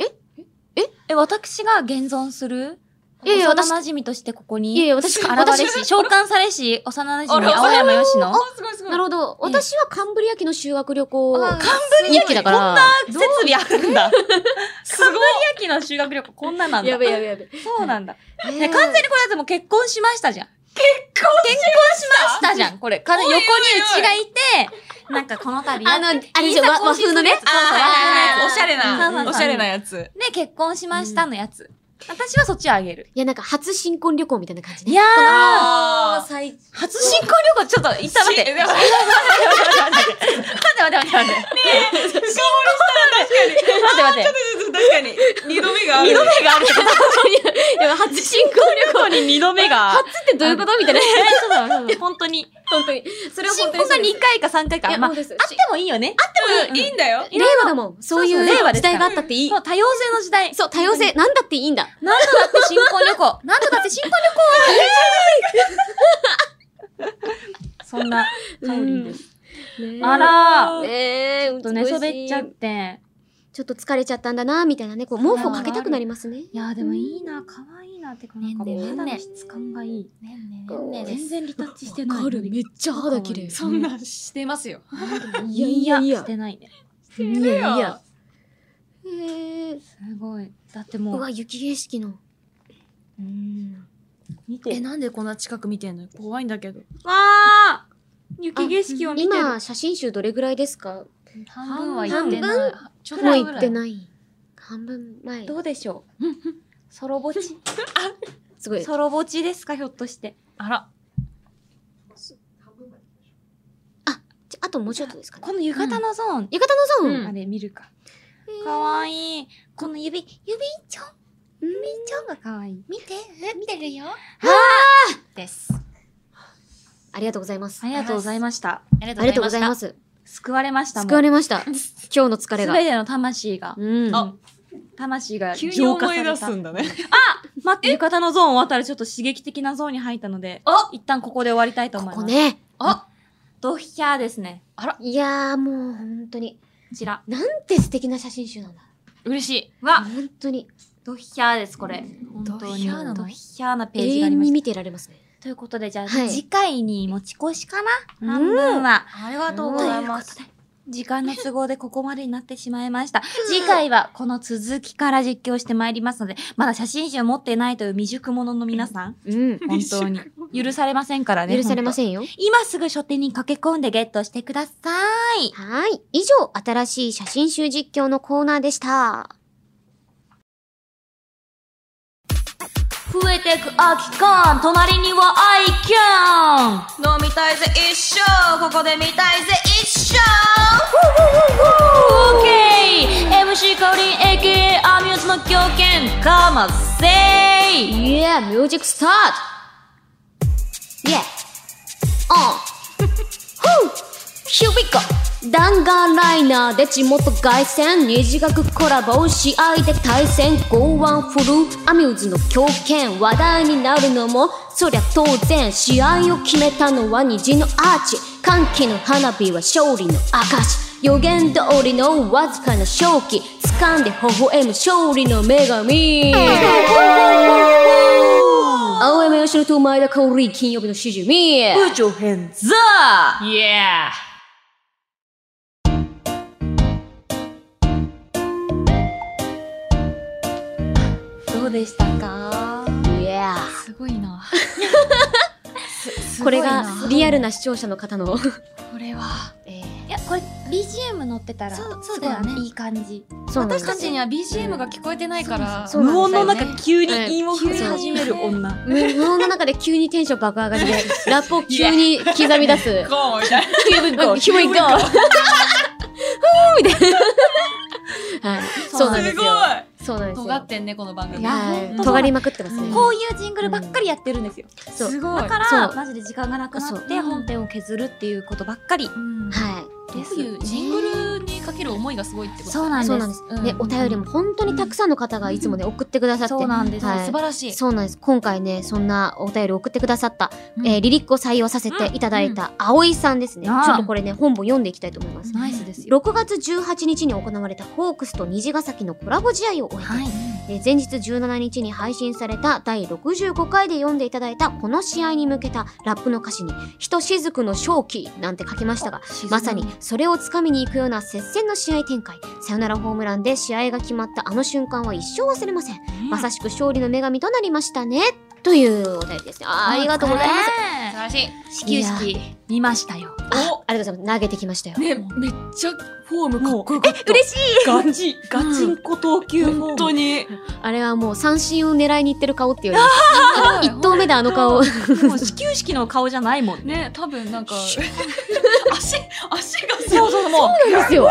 Speaker 2: 私が現存する
Speaker 1: いやいや
Speaker 2: 幼馴染としてここに。
Speaker 1: いやいや私
Speaker 2: 現れし、召喚されし、幼馴染青山吉野。
Speaker 3: すごいすごい。
Speaker 1: なるほど。私はカンブリア紀の修学旅行
Speaker 3: あ
Speaker 1: 日記だから。
Speaker 2: 設備あるんだ。すごい。秋の修学旅行こんななんだ。
Speaker 1: やべやべやべ。
Speaker 2: そうなんだ。
Speaker 1: えー
Speaker 2: ね、完全にこれだってもう結婚しましたじゃん。結婚しましたじゃん、これ。横にうちがいて、なんかこの度やっ
Speaker 1: あれでしょ、和風のね。
Speaker 2: そうそう和
Speaker 3: おしゃれな、
Speaker 2: そうそうそう
Speaker 3: おしゃれなやつ。
Speaker 2: で、結婚しましたのやつ。私はそっちをあげる。
Speaker 1: いや、なんか初新婚旅行みたいな感じね。
Speaker 2: いやー、
Speaker 3: あー
Speaker 1: 最
Speaker 2: 初新婚旅行ちょっと一旦待って。
Speaker 3: でも
Speaker 2: 待って。待って。
Speaker 3: 確かに、二度目がある。
Speaker 2: 二度目があるってこと
Speaker 1: いや、初新婚旅行に
Speaker 2: に二度目が。
Speaker 1: 初ってどういうことみたいな。
Speaker 2: そうだ、本当に。
Speaker 1: 本当に。それは
Speaker 2: 新
Speaker 1: 本当に
Speaker 2: 婚が2回か3回か。
Speaker 1: いや、
Speaker 2: まあ、
Speaker 1: そうです。
Speaker 2: あってもいいよね。
Speaker 3: いいんだよ。
Speaker 1: 令和だもん。そういう
Speaker 2: 令和ですから
Speaker 1: 時代があったっていい
Speaker 2: そ。う、多様性の時代。
Speaker 1: そう、多様性。なんだっていいんだ。
Speaker 2: 何度だって新婚旅行。何度だって新婚旅行。そんな、かおりんです。
Speaker 1: ねえ
Speaker 2: あら
Speaker 1: ねえ、
Speaker 2: ちょっと寝そべっちゃって。
Speaker 1: ちょっと疲れちゃったんだな、みたいなね。こう、毛布をかけたくなりますね。
Speaker 2: いや、でもいいな、可愛いなってか、なんかもう肌の質感がいい。全然リタッチしてない。
Speaker 1: めっちゃ肌綺麗。
Speaker 3: そんなんしてますよ。
Speaker 1: いやいやいや
Speaker 2: してないね。
Speaker 1: いやいや。へえ。
Speaker 2: すごい。だってもう、
Speaker 1: うわ、雪景色の。
Speaker 2: 見て。
Speaker 3: なんでこんな近く見てんの怖いんだけど。
Speaker 2: わー雪景色を見てる。
Speaker 1: 今、写真集どれぐらいですか？
Speaker 3: 半分は行ってない。ちょっと
Speaker 1: もう
Speaker 3: ぐらい
Speaker 1: 行ってない。半分前。
Speaker 2: どうでしょうソロぼち
Speaker 1: すごい。
Speaker 2: ソロぼちですかひょっとして。
Speaker 3: あら。
Speaker 1: あともうちょっとですかね。
Speaker 2: この浴衣のゾーン。
Speaker 1: 浴衣のゾーン。
Speaker 2: あれ見るか。かわいい。この指ちょん。指ちょんがかわいい。
Speaker 3: 見てるよ。
Speaker 2: です。
Speaker 1: ありがとうございます。
Speaker 2: ありがとうございました。
Speaker 3: あり
Speaker 1: ありがとうございま。す。
Speaker 2: 救われました。
Speaker 1: 救われました。今日の疲れが。
Speaker 2: すべての魂が。
Speaker 1: うん。
Speaker 3: あ
Speaker 2: 魂が
Speaker 3: 急に
Speaker 2: 浄化
Speaker 3: 思い
Speaker 2: された。
Speaker 3: 出すんだね。
Speaker 2: 待って、浴衣のゾーン終わったらちょっと刺激的なゾーンに入ったので、一旦ここで終わりたいと思います。
Speaker 1: ここね。
Speaker 2: ドッヒャーですね。
Speaker 1: いやーもう本当に。
Speaker 2: こちら。
Speaker 1: なんて素敵な写真集なんだ。
Speaker 3: 嬉しい。
Speaker 2: わ
Speaker 1: 本当に。
Speaker 2: ドッヒャーです、これ。本当に。
Speaker 3: ドッヒャーなの
Speaker 2: ドッヒャーなペー
Speaker 1: 永
Speaker 2: ジがありました。
Speaker 1: 遠に見てられますね。
Speaker 2: ということで、じゃあ、
Speaker 1: はい
Speaker 2: 次回に持ち越しかな、
Speaker 1: うん
Speaker 2: 半分は。
Speaker 3: ありがとうございます。
Speaker 2: ということで時間の都合でここまでになってしまいました。次回はこの続きから実況してまいりますので、まだ写真集を持ってないという未熟者の皆さん、
Speaker 1: うん。
Speaker 2: 本当に許されませんからね。
Speaker 1: 許されま
Speaker 2: ん。
Speaker 1: せんよ。
Speaker 2: 今すぐ書店に駆け込んでゲットしてください。
Speaker 1: はい。以上、新しい写真集実況のコーナーでした。
Speaker 2: 増えてく空き缶、隣にはアイキャン。
Speaker 3: 飲みたいぜ一生、ここで見たいぜ一生。
Speaker 2: オーケー !MC カオリン AKA アミューズの狂犬、 かませー。
Speaker 1: Yeah, music start! Yeah! Here we go! 弾丸ライナーで地元凱旋、二次学コラボ、試合で対戦、剛腕フルアミューズの狂犬、話題になるのもそりゃ当然、試合を決めたのは虹のアーチ、歓喜の花火は勝利の証、予言通りのわずかな勝機、掴んで微笑む勝利の女神。青山吉野と前田香織、金曜日のしじみ。
Speaker 2: Put your hands up!
Speaker 3: Yeah!
Speaker 2: どうでしたか？
Speaker 1: Yeah!
Speaker 3: すごいな。
Speaker 1: これがリアルな視聴者の方の
Speaker 3: これは。
Speaker 4: いやこれ BGM 乗ってたら
Speaker 3: そうだよね。
Speaker 4: いい感じ。
Speaker 1: そうなんです
Speaker 3: 私たちには BGM が聞こえてないから。
Speaker 1: そうなん
Speaker 2: 無
Speaker 1: ですよね
Speaker 2: 音の中急に韻を踏み始める女。
Speaker 1: 無音の中で急にテンション爆上がりでラップを急に刻み出す。
Speaker 3: こうみたいな。
Speaker 1: Here we go! みたいな。はい、そうなんですよ。そうなんですよ。
Speaker 3: 尖ってんねこの番組。
Speaker 1: はい、尖りまくってますね。
Speaker 2: こういうジングルばっかりやってるんですよ。
Speaker 1: そう
Speaker 3: すごい。
Speaker 2: だか
Speaker 1: そう
Speaker 2: らマジで時間がなくな
Speaker 1: そう
Speaker 2: って本編を削るっていうことばっかり
Speaker 3: うん
Speaker 1: はい。
Speaker 3: どういうジングルにかける思いがすごいってこと。
Speaker 2: そうなんです
Speaker 1: そうなんです。
Speaker 3: うん
Speaker 1: ね、お便りも本当にたくさんの方がいつもね、送ってくださって。
Speaker 2: そうなんです
Speaker 1: はい
Speaker 3: 素晴らしい。
Speaker 1: そうなんです。今回ね、そんなお便り送ってくださった、
Speaker 3: うん
Speaker 1: リリックを採用させていただいた葵さんですね。
Speaker 2: うん
Speaker 1: ちょっとこれね、本文読んでいきたいと思います。
Speaker 2: ナイスですよ。
Speaker 1: 6月18日に行われたホークスと虹ヶ崎のコラボ試合を終えて、
Speaker 2: はい。
Speaker 1: 前日17日に配信された第65回で読んでいただいたこの試合に向けたラップの歌詞に「ひとしずくの勝機」なんて書きましたが、まさにそれをつかみに行くような接戦の試合展開、サヨナラホームランで試合が決まったあの瞬間は一生忘れません。まさしく勝利の女神となりましたね、というお便りですね。ありがとうございます。
Speaker 3: 素晴らしい。
Speaker 2: 始球式見ましたよ。
Speaker 1: ありがとうございます。投げてきましたよ。
Speaker 3: ね、めっちゃフォームかっこよかった。
Speaker 1: 嬉しい。
Speaker 2: ガチンコ投球
Speaker 3: 本当に。
Speaker 1: あれはもう三振を狙いに行ってる顔っていうより一投目であの顔。
Speaker 2: もう始球式の顔じゃないもんね。
Speaker 3: ね、多分なんか足が
Speaker 2: そうそう、もう
Speaker 1: そうなんですよ。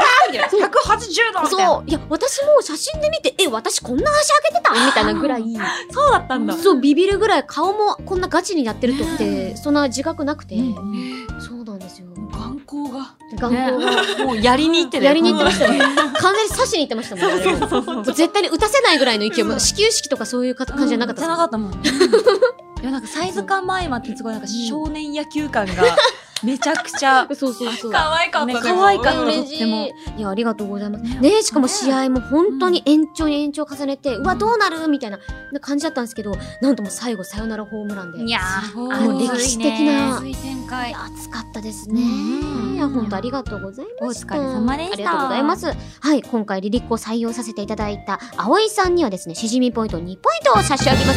Speaker 2: 180度みたいな。
Speaker 1: そう。いや、私も写真で見て、私こんな足上げてたみたいなぐらい。
Speaker 2: そうだったんだ。
Speaker 1: そう、ビビるぐらい顔もこんなガチにやってるとって、そんな自覚なくて。そうなんですよ。
Speaker 3: 眼光が。
Speaker 1: 眼光が。
Speaker 2: もうやりに行って
Speaker 1: やりに行ってましたね。完全に刺しに行ってましたもんね、あれも。
Speaker 2: そうそう
Speaker 1: もう絶対に打たせないぐらいの勢い。もう始球式とかそういう感じじゃなかった
Speaker 2: じゃなかったもん。いや、なんかサイズ感前はってすごいなんか少年野球感がめちゃくちゃ。
Speaker 1: そうそうそう。
Speaker 3: 可愛かった
Speaker 2: ね
Speaker 3: ね。
Speaker 2: 可愛かった
Speaker 1: 嬉しい。
Speaker 2: とっても
Speaker 1: いや、ありがとうございます。ね、しかも試合も本当に延長に延長重ねて、うわ、どうなるみたいな感じだったんですけど、なんともう最後サヨナラホームランで。
Speaker 2: いや
Speaker 3: すごい
Speaker 1: もう歴史的な。
Speaker 3: 熱い展開。
Speaker 1: 熱かったですね。
Speaker 2: うん
Speaker 1: いや、本当ありがとうございました。
Speaker 2: お疲れ様でした
Speaker 1: ありがとうございます。はい、今回リリックを採用させていただいた葵さんにはですね、しじみポイント2ポイントを差し上げます。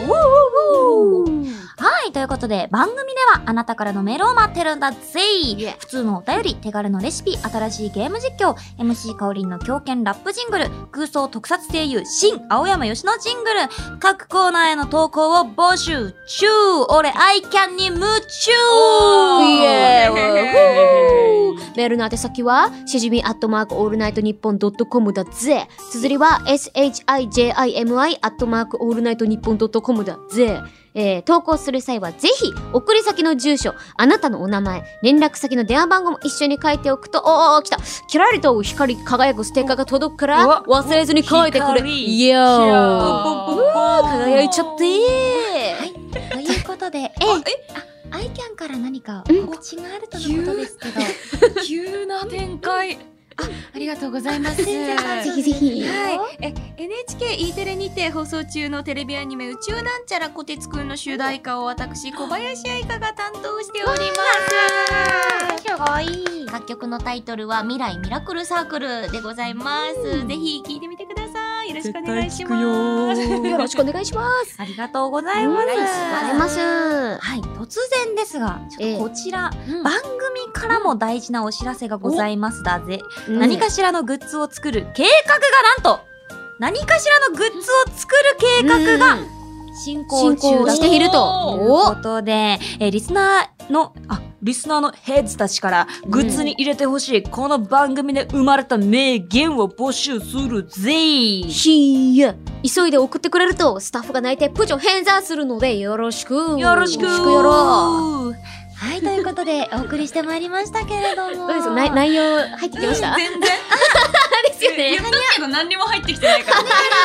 Speaker 2: はい、ということで番組ではあなたからのメールを待ってるんだぜ。普通のお便り、手軽のレシピ、新しいゲーム実況、MC かおりんの狂犬ラップジングル、空想特撮声優、新青山吉野ジングル、各コーナーへの投稿を募集中。俺、アイキャンに夢中。
Speaker 1: イエーイメールの宛先は、しじみアットマークオールナイトニッポンドットコムだぜ。綴りは、shijimi アットマークオールナイトニッポンドットコムだぜ。投稿する際はぜひ、送り先の住所、あなたのお名前、連絡先の電話番号も一緒に書いておくと、来たキラリと光り輝くステッカーが届くから、忘れずに書いてくれ。イエー輝いちゃってー。
Speaker 4: ということで、アイキャンから何か告知があるとのことですけど、
Speaker 3: 急な展開。ありがとうございます。
Speaker 4: ぜ
Speaker 1: ひぜひ。
Speaker 3: はい、NHKE テレにて放送中のテレビアニメ宇宙なんちゃらこてつくんの主題歌を私小林愛花が担当しております。
Speaker 4: すごい。
Speaker 3: 楽曲のタイトルは未来ミラクルサークルでございます。ぜひ聴いてみてください。よろしくお願いします。
Speaker 1: よろしくお願いします。
Speaker 2: ありがとうございます。
Speaker 1: ありがとうございます。
Speaker 2: はい、突然ですが、ちょっとこちら、番組からも大事なお知らせがございますだぜ。何かしらのグッズを作る計画がなんと、何かしらのグッズを作る計画が進行中だ
Speaker 1: していると。
Speaker 2: ということで、リスナーの、 リスナーのヘッズたちからグッズに入れてほしいこの番組で生まれた名言を募集するぜ。
Speaker 1: ひーや。急いで送ってくれるとスタッフが泣いてプチョ変座するのでよろしく。
Speaker 2: よろしく
Speaker 1: よろ。
Speaker 2: はい、ということでお送りしてまいりましたけれども。
Speaker 1: どうですか内容入ってきました？
Speaker 3: 全然。
Speaker 1: ですよね。
Speaker 3: 言ったけど何にも入ってきてないから。
Speaker 1: あれ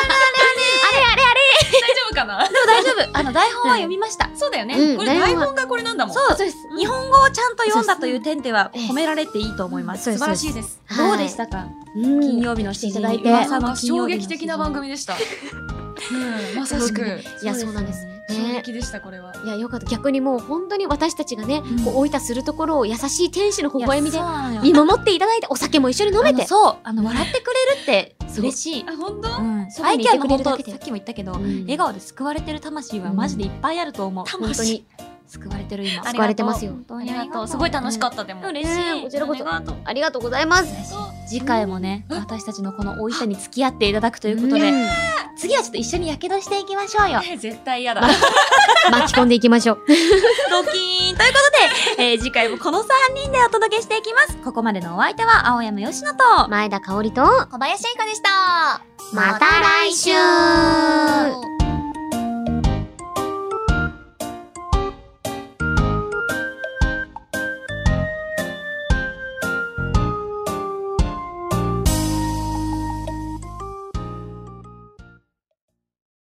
Speaker 3: 大丈夫かな？
Speaker 2: でも大丈夫。台本は読みました。
Speaker 3: そうだよね。
Speaker 1: うん
Speaker 3: これ台本がこれなんだもん。
Speaker 2: そう
Speaker 1: そうです。
Speaker 2: 日本語をちゃんと読んだという点では褒められていいと思います。
Speaker 1: そうです
Speaker 2: 素晴らしいです。
Speaker 1: はい
Speaker 2: どうでしたか？
Speaker 1: 金
Speaker 2: 金曜日の7時
Speaker 1: いただいて
Speaker 2: 噂の金
Speaker 3: 衝
Speaker 2: 曜日の
Speaker 3: 撃的な番組でした。まさしく。
Speaker 1: いや、そうなんです。
Speaker 3: 衝
Speaker 1: ね。
Speaker 3: 撃でした、これは。
Speaker 1: いや、よかった。逆にもう本当に私たちがね、
Speaker 2: うん
Speaker 1: こう、おいたするところを優しい天使の微笑みで
Speaker 2: いやそうなのよ
Speaker 1: 見守っていただいて、お酒も一緒に飲めて。
Speaker 2: そう笑ってくれるって嬉しい。
Speaker 3: あ、本当？
Speaker 1: そばにいて
Speaker 2: アイキャンの
Speaker 1: くれるだけで
Speaker 2: 本当さっきも言ったけど、
Speaker 1: うん
Speaker 2: 笑顔で救われてる魂はマジでいっぱいあると思う。
Speaker 1: 本当に
Speaker 2: 救われてる今。
Speaker 1: 救われてますよ。
Speaker 2: 本当
Speaker 3: ありがとう。
Speaker 2: にありがとう。
Speaker 3: すごい楽しかった、でも。
Speaker 2: 嬉しい。
Speaker 1: こちらこそ
Speaker 2: ありがとう。
Speaker 1: ありがとうございます。
Speaker 2: 次回もね、私たちのこのおいたに付き合っていただくということで、
Speaker 1: うん
Speaker 2: 次はちょっと一緒にやけどしていきましょうよ。
Speaker 3: 絶対嫌だ。
Speaker 1: 巻き込んでいきましょう。
Speaker 2: ドキーンということで、次回もこの3人でお届けしていきます。ここまでのお相手は青山よしのと、
Speaker 1: 前田香織と、
Speaker 3: 小林愛花でした。
Speaker 1: また来週